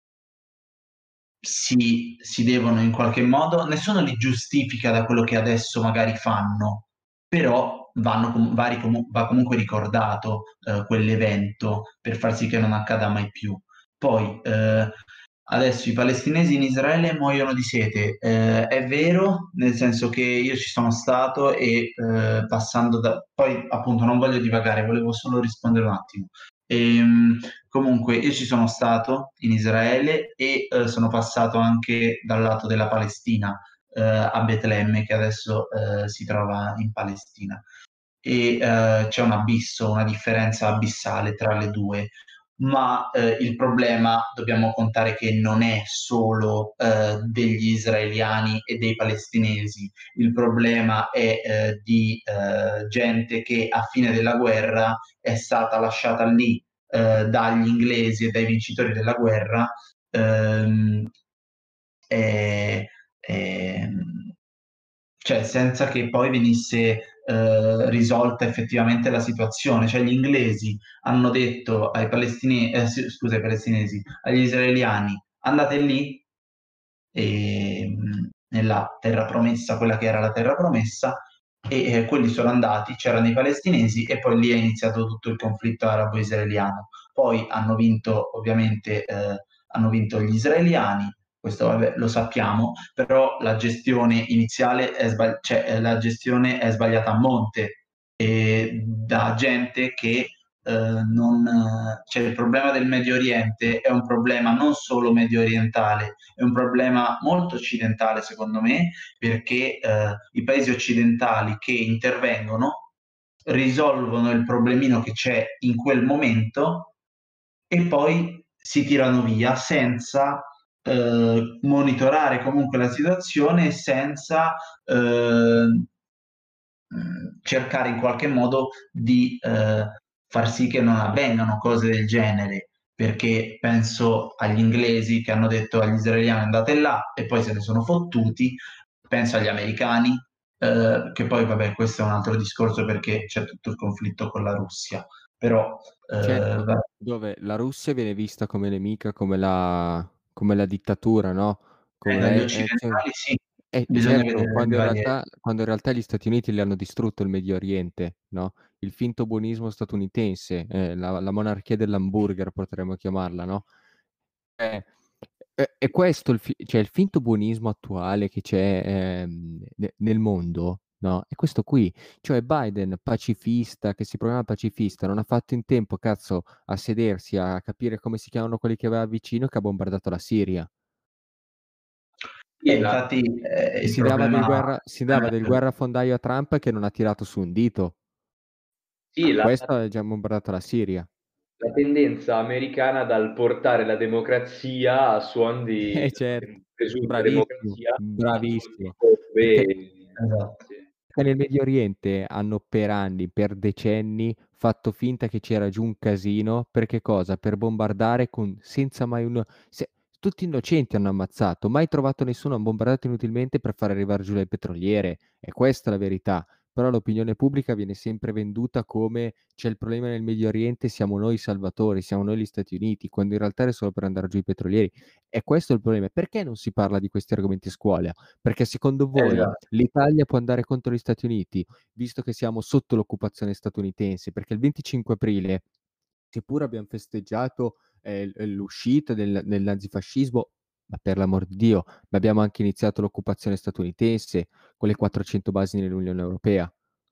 S2: si, si devono in qualche modo, nessuno li giustifica da quello che adesso magari fanno, però vanno com- vari comu- va comunque ricordato eh, quell'evento per far sì che non accada mai più. Poi, eh, adesso i palestinesi in Israele muoiono di sete. Eh, è vero, nel senso che io ci sono stato e eh, passando da... Poi appunto non voglio divagare, volevo solo rispondere un attimo. Ehm, comunque io ci sono stato in Israele e eh, sono passato anche dal lato della Palestina, eh, a Betlemme, che adesso eh, si trova in Palestina. E eh, c'è un abisso, una differenza abissale tra le due, ma eh, il problema dobbiamo contare che non è solo eh, degli israeliani e dei palestinesi, il problema è eh, di eh, gente che a fine della guerra è stata lasciata lì eh, dagli inglesi e dai vincitori della guerra, ehm, e, e, cioè senza che poi venisse eh, risolta effettivamente la situazione. Cioè gli inglesi hanno detto ai palestinesi, eh, sì, scusa, ai palestinesi, agli israeliani: andate lì e, mh, nella terra promessa, quella che era la terra promessa, e eh, quelli sono andati, c'erano i palestinesi, e poi lì è iniziato tutto il conflitto arabo-israeliano. Poi hanno vinto ovviamente eh, hanno vinto gli israeliani, questo vabbè, lo sappiamo, però la gestione iniziale è, sbagli- cioè, eh, la gestione è sbagliata a monte, e da gente che eh, non... Cioè, il problema del Medio Oriente è un problema non solo medio orientale, è un problema molto occidentale secondo me, perché eh, i paesi occidentali che intervengono risolvono il problemino che c'è in quel momento e poi si tirano via senza eh, monitorare comunque la situazione, senza eh, cercare in qualche modo di eh, far sì che non avvengano cose del genere, perché penso agli inglesi che hanno detto agli israeliani andate là e poi se ne sono fottuti, penso agli americani, eh, che poi vabbè questo è un altro discorso perché c'è tutto il conflitto con la Russia, però eh,
S5: Certo,
S2: va-
S5: dove la Russia viene vista come nemica, come la, come la dittatura, no?
S2: eh,
S5: Come
S2: dagli
S5: una- eh, cioè-
S2: occidentali sì,
S5: eh,
S2: bisogna
S5: certo,
S2: vedere le
S5: quando in
S2: varie...
S5: realtà, quando in realtà gli Stati Uniti li hanno distrutto il Medio Oriente, no? Il finto buonismo statunitense, eh, la, la monarchia dell'hamburger potremmo chiamarla, no? Eh, è, è questo il, fi- cioè il finto buonismo attuale che c'è ehm, ne- nel mondo, no? È questo qui, cioè Biden, pacifista, che si proclama pacifista, non ha fatto in tempo, cazzo, a sedersi, a capire come si chiamano quelli che aveva vicino, che ha bombardato la Siria.
S2: E
S4: Sì, la-
S2: infatti eh,
S5: E
S2: il
S5: si dava del
S2: problema...
S5: guerra, si dava del guerrafondaio a Trump che non ha tirato su un dito.
S4: sì, la-
S5: Questo ha già bombardato la Siria.
S4: la tendenza americana dal portare la democrazia a suon di
S5: Eh certo,
S4: presunta
S5: bravissimo,
S4: democrazia, a suon di
S5: bravissimo.
S4: bombe.
S5: Perché
S2: Esatto.
S4: Sì.
S5: Perché nel Medio Oriente hanno per anni, per decenni, fatto finta che c'era giù un casino. Per che cosa? Per bombardare con, senza mai un... se- tutti innocenti hanno ammazzato, mai trovato nessuno, hanno bombardato inutilmente per far arrivare giù le petroliere. E questa è la verità. però l'opinione pubblica viene sempre venduta come c'è il problema nel Medio Oriente, siamo noi i salvatori, siamo noi gli Stati Uniti, quando in realtà è solo per andare giù i petrolieri. E questo è il problema. Perché non si parla di questi argomenti a scuola? Perché secondo voi
S2: Esatto.
S5: l'Italia può andare contro gli Stati Uniti, visto che siamo sotto l'occupazione statunitense? Perché il venticinque aprile, seppur abbiamo festeggiato eh, l'uscita del, del nazifascismo, ma per l'amor di Dio, ma abbiamo anche iniziato l'occupazione statunitense con le quattrocento basi nell'Unione Europea.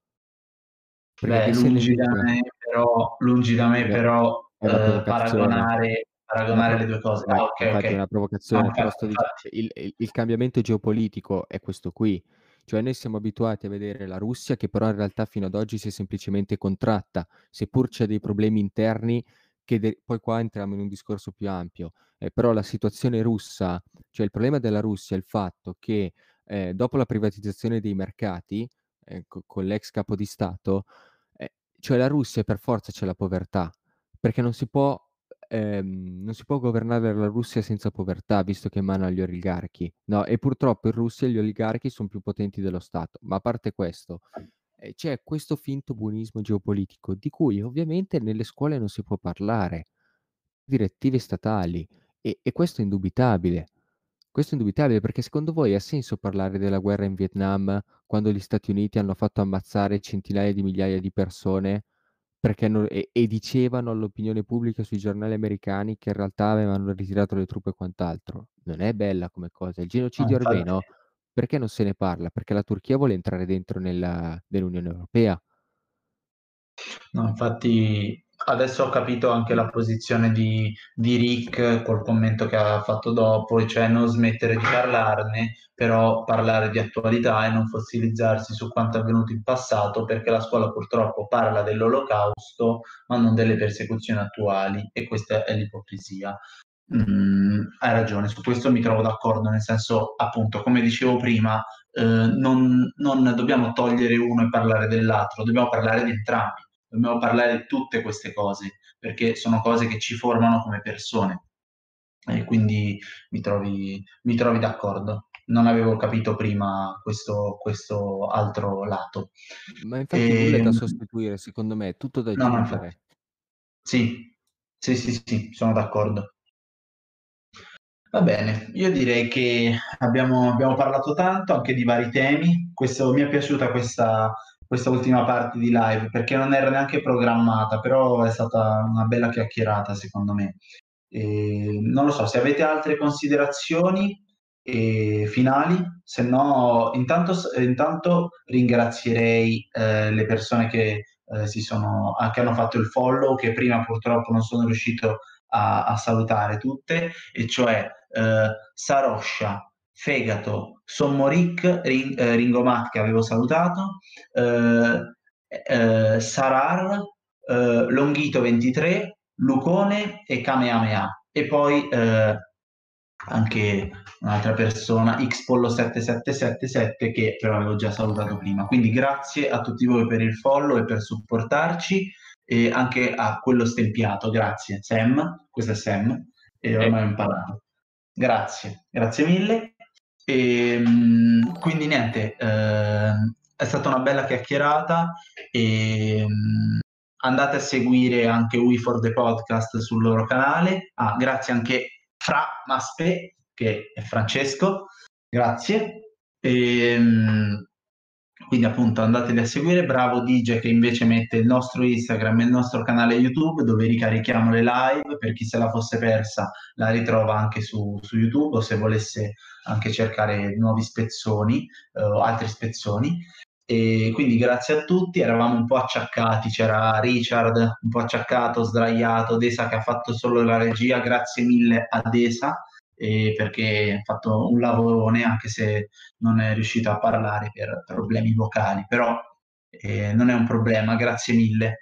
S5: Perché
S2: Beh,
S5: che se ne
S2: lungi da
S5: dica,
S2: me però, lungi da me
S5: Vabbè,
S2: però
S5: è una
S2: eh,
S5: provocazione,
S2: paragonare,
S5: è una
S2: paragonare
S5: pro-
S2: le due cose.
S5: ma
S2: Ah, ok,
S5: infatti è
S2: ok.
S5: una
S2: No,
S5: provocazione, però
S2: infatti,
S5: sto dicendo,
S2: infatti.
S5: il, il- il cambiamento geopolitico è questo qui. Cioè noi siamo abituati a vedere la Russia che però in realtà fino ad oggi si è semplicemente contratta, seppur c'è dei problemi interni che de- poi qua entriamo in un discorso più ampio. Eh, però la situazione russa, cioè il problema della Russia è il fatto che eh, dopo la privatizzazione dei mercati, eh, co- con l'ex capo di Stato, eh, cioè la Russia per forza c'è la povertà, perché non si può, ehm, non si può governare la Russia senza povertà, visto che è in mano agli oligarchi. No, e purtroppo in Russia gli oligarchi sono più potenti dello Stato. Ma a parte questo, eh, c'è questo finto buonismo geopolitico di cui ovviamente nelle scuole non si può parlare, direttive statali, e, e questo è indubitabile. Questo è indubitabile perché secondo voi ha senso parlare della guerra in Vietnam quando gli Stati Uniti hanno fatto ammazzare centinaia di migliaia di persone perché non- e, e dicevano all'opinione pubblica sui giornali americani che in realtà avevano ritirato le truppe e quant'altro? Non è bella come cosa. Il
S2: No,
S5: genocidio
S2: infatti.
S5: armeno, perché non se ne parla? Perché la Turchia vuole entrare dentro nella- nell'Unione Europea.
S2: No, infatti adesso ho capito anche la posizione di, di Rick col commento che ha fatto dopo, e cioè non smettere di parlarne, però parlare di attualità e non fossilizzarsi su quanto è avvenuto in passato, perché la scuola purtroppo parla dell'Olocausto, ma non delle persecuzioni attuali, e questa è l'ipocrisia. Mm, hai ragione, su questo mi trovo d'accordo, nel senso, appunto, come dicevo prima, eh, non, non dobbiamo togliere uno e parlare dell'altro, dobbiamo parlare di entrambi. Dobbiamo parlare di tutte queste cose, perché sono cose che ci formano come persone. E quindi mi trovi, mi trovi d'accordo. Non avevo capito prima questo, questo altro lato.
S5: Ma infatti nulla è
S2: E,
S5: da sostituire, secondo me, è tutto da
S2: no, no, infatti.
S5: aggiungere.
S2: Sì, sì, sì, sì, sono d'accordo. Va bene, io direi che abbiamo, abbiamo parlato tanto anche di vari temi. Questo, mi è piaciuta questa, questa ultima parte di live perché non era neanche programmata, però è stata una bella chiacchierata secondo me. E non lo so, se avete altre considerazioni eh, finali, se no, intanto, intanto ringrazierei eh, le persone che, eh, si sono, che hanno fatto il follow, che prima purtroppo non sono riuscito a, a salutare tutte, e cioè eh, Saroscia, Fegato, Sommoric, Ring, eh, Ringomat che avevo salutato, eh, eh, Sarar, eh, Longhito ventitré, Lucone e Kamehameha. E poi eh, anche un'altra persona, Xpollo sette sette sette sette, che però avevo già salutato prima. Quindi grazie a tutti voi per il follow e per supportarci, e anche a quello stempiato, grazie Sam, questo è Sam, e ormai ho imparato. Grazie, grazie mille. E, mh, quindi niente, ehm, è stata una bella chiacchierata, e mh, andate a seguire anche We for the Podcast sul loro canale. Ah, grazie anche Fra Maspe, che è Francesco, grazie. E, mh, quindi appunto andateli a seguire. Bravo D J che invece mette il nostro Instagram e il nostro canale YouTube, dove ricarichiamo le live. Per chi se la fosse persa, la ritrova anche su, su YouTube, o se volesse anche cercare nuovi spezzoni eh, o altri spezzoni. E quindi grazie a tutti, eravamo un po' acciaccati, c'era Richard un po' acciaccato, sdraiato, Desa che ha fatto solo la regia, grazie mille a Desa eh, perché ha fatto un lavorone, anche se non è riuscito a parlare per problemi vocali, però eh, non è un problema, grazie mille.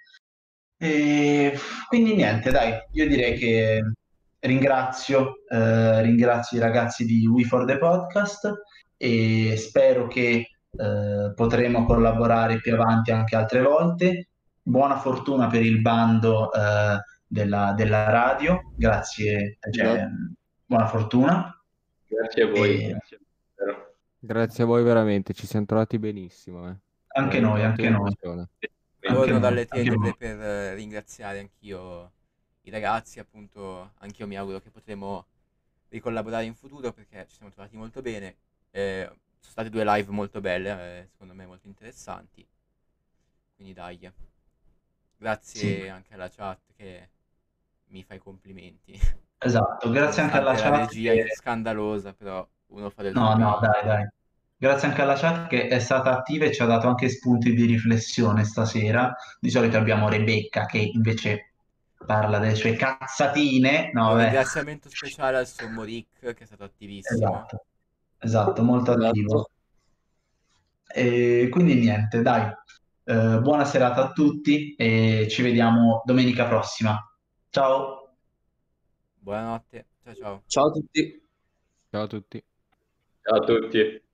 S2: E quindi niente, dai, io direi che ringrazio, eh, ringrazio i ragazzi di We for the Podcast, e spero che eh, potremo collaborare più avanti anche altre volte. Buona fortuna per il bando eh, della, della radio, grazie, cioè, buona fortuna.
S4: Grazie a voi.
S2: E
S4: Grazie.
S5: Grazie a voi veramente, ci siamo trovati benissimo. Eh.
S2: Anche
S5: Eh,
S2: noi,
S5: tante
S2: anche noi.
S5: persone.
S2: Anche
S3: Torno
S2: noi,
S3: dalle
S2: anche
S3: tenebre
S2: noi.
S3: per eh, ringraziare anch'io i ragazzi, appunto, anch'io mi auguro che potremo ricollaborare in futuro perché ci siamo trovati molto bene. Eh, sono state due live molto belle, eh, secondo me molto interessanti. Quindi dai, grazie
S2: Sì,
S3: anche alla chat che mi fa i complimenti.
S2: esatto. Grazie anche alla
S3: Nonostante la
S2: chat
S3: regia
S2: che...
S3: scandalosa, però uno fa del suo
S2: No, no,
S3: meglio.
S2: dai, dai. Grazie anche alla chat che è stata attiva e ci ha dato anche spunti di riflessione stasera. Di solito abbiamo Rebecca che invece parla delle sue cazzatine. No,
S3: Un
S2: vabbè.
S3: ringraziamento speciale al sommo Rick che è stato attivissimo.
S2: Esatto, esatto, molto attivo.
S1: Esatto.
S2: E quindi niente, dai. Eh, buona serata a tutti e ci vediamo domenica prossima. Ciao.
S3: Buonanotte, ciao ciao.
S1: Ciao a tutti.
S5: Ciao a tutti.
S4: Ciao a tutti.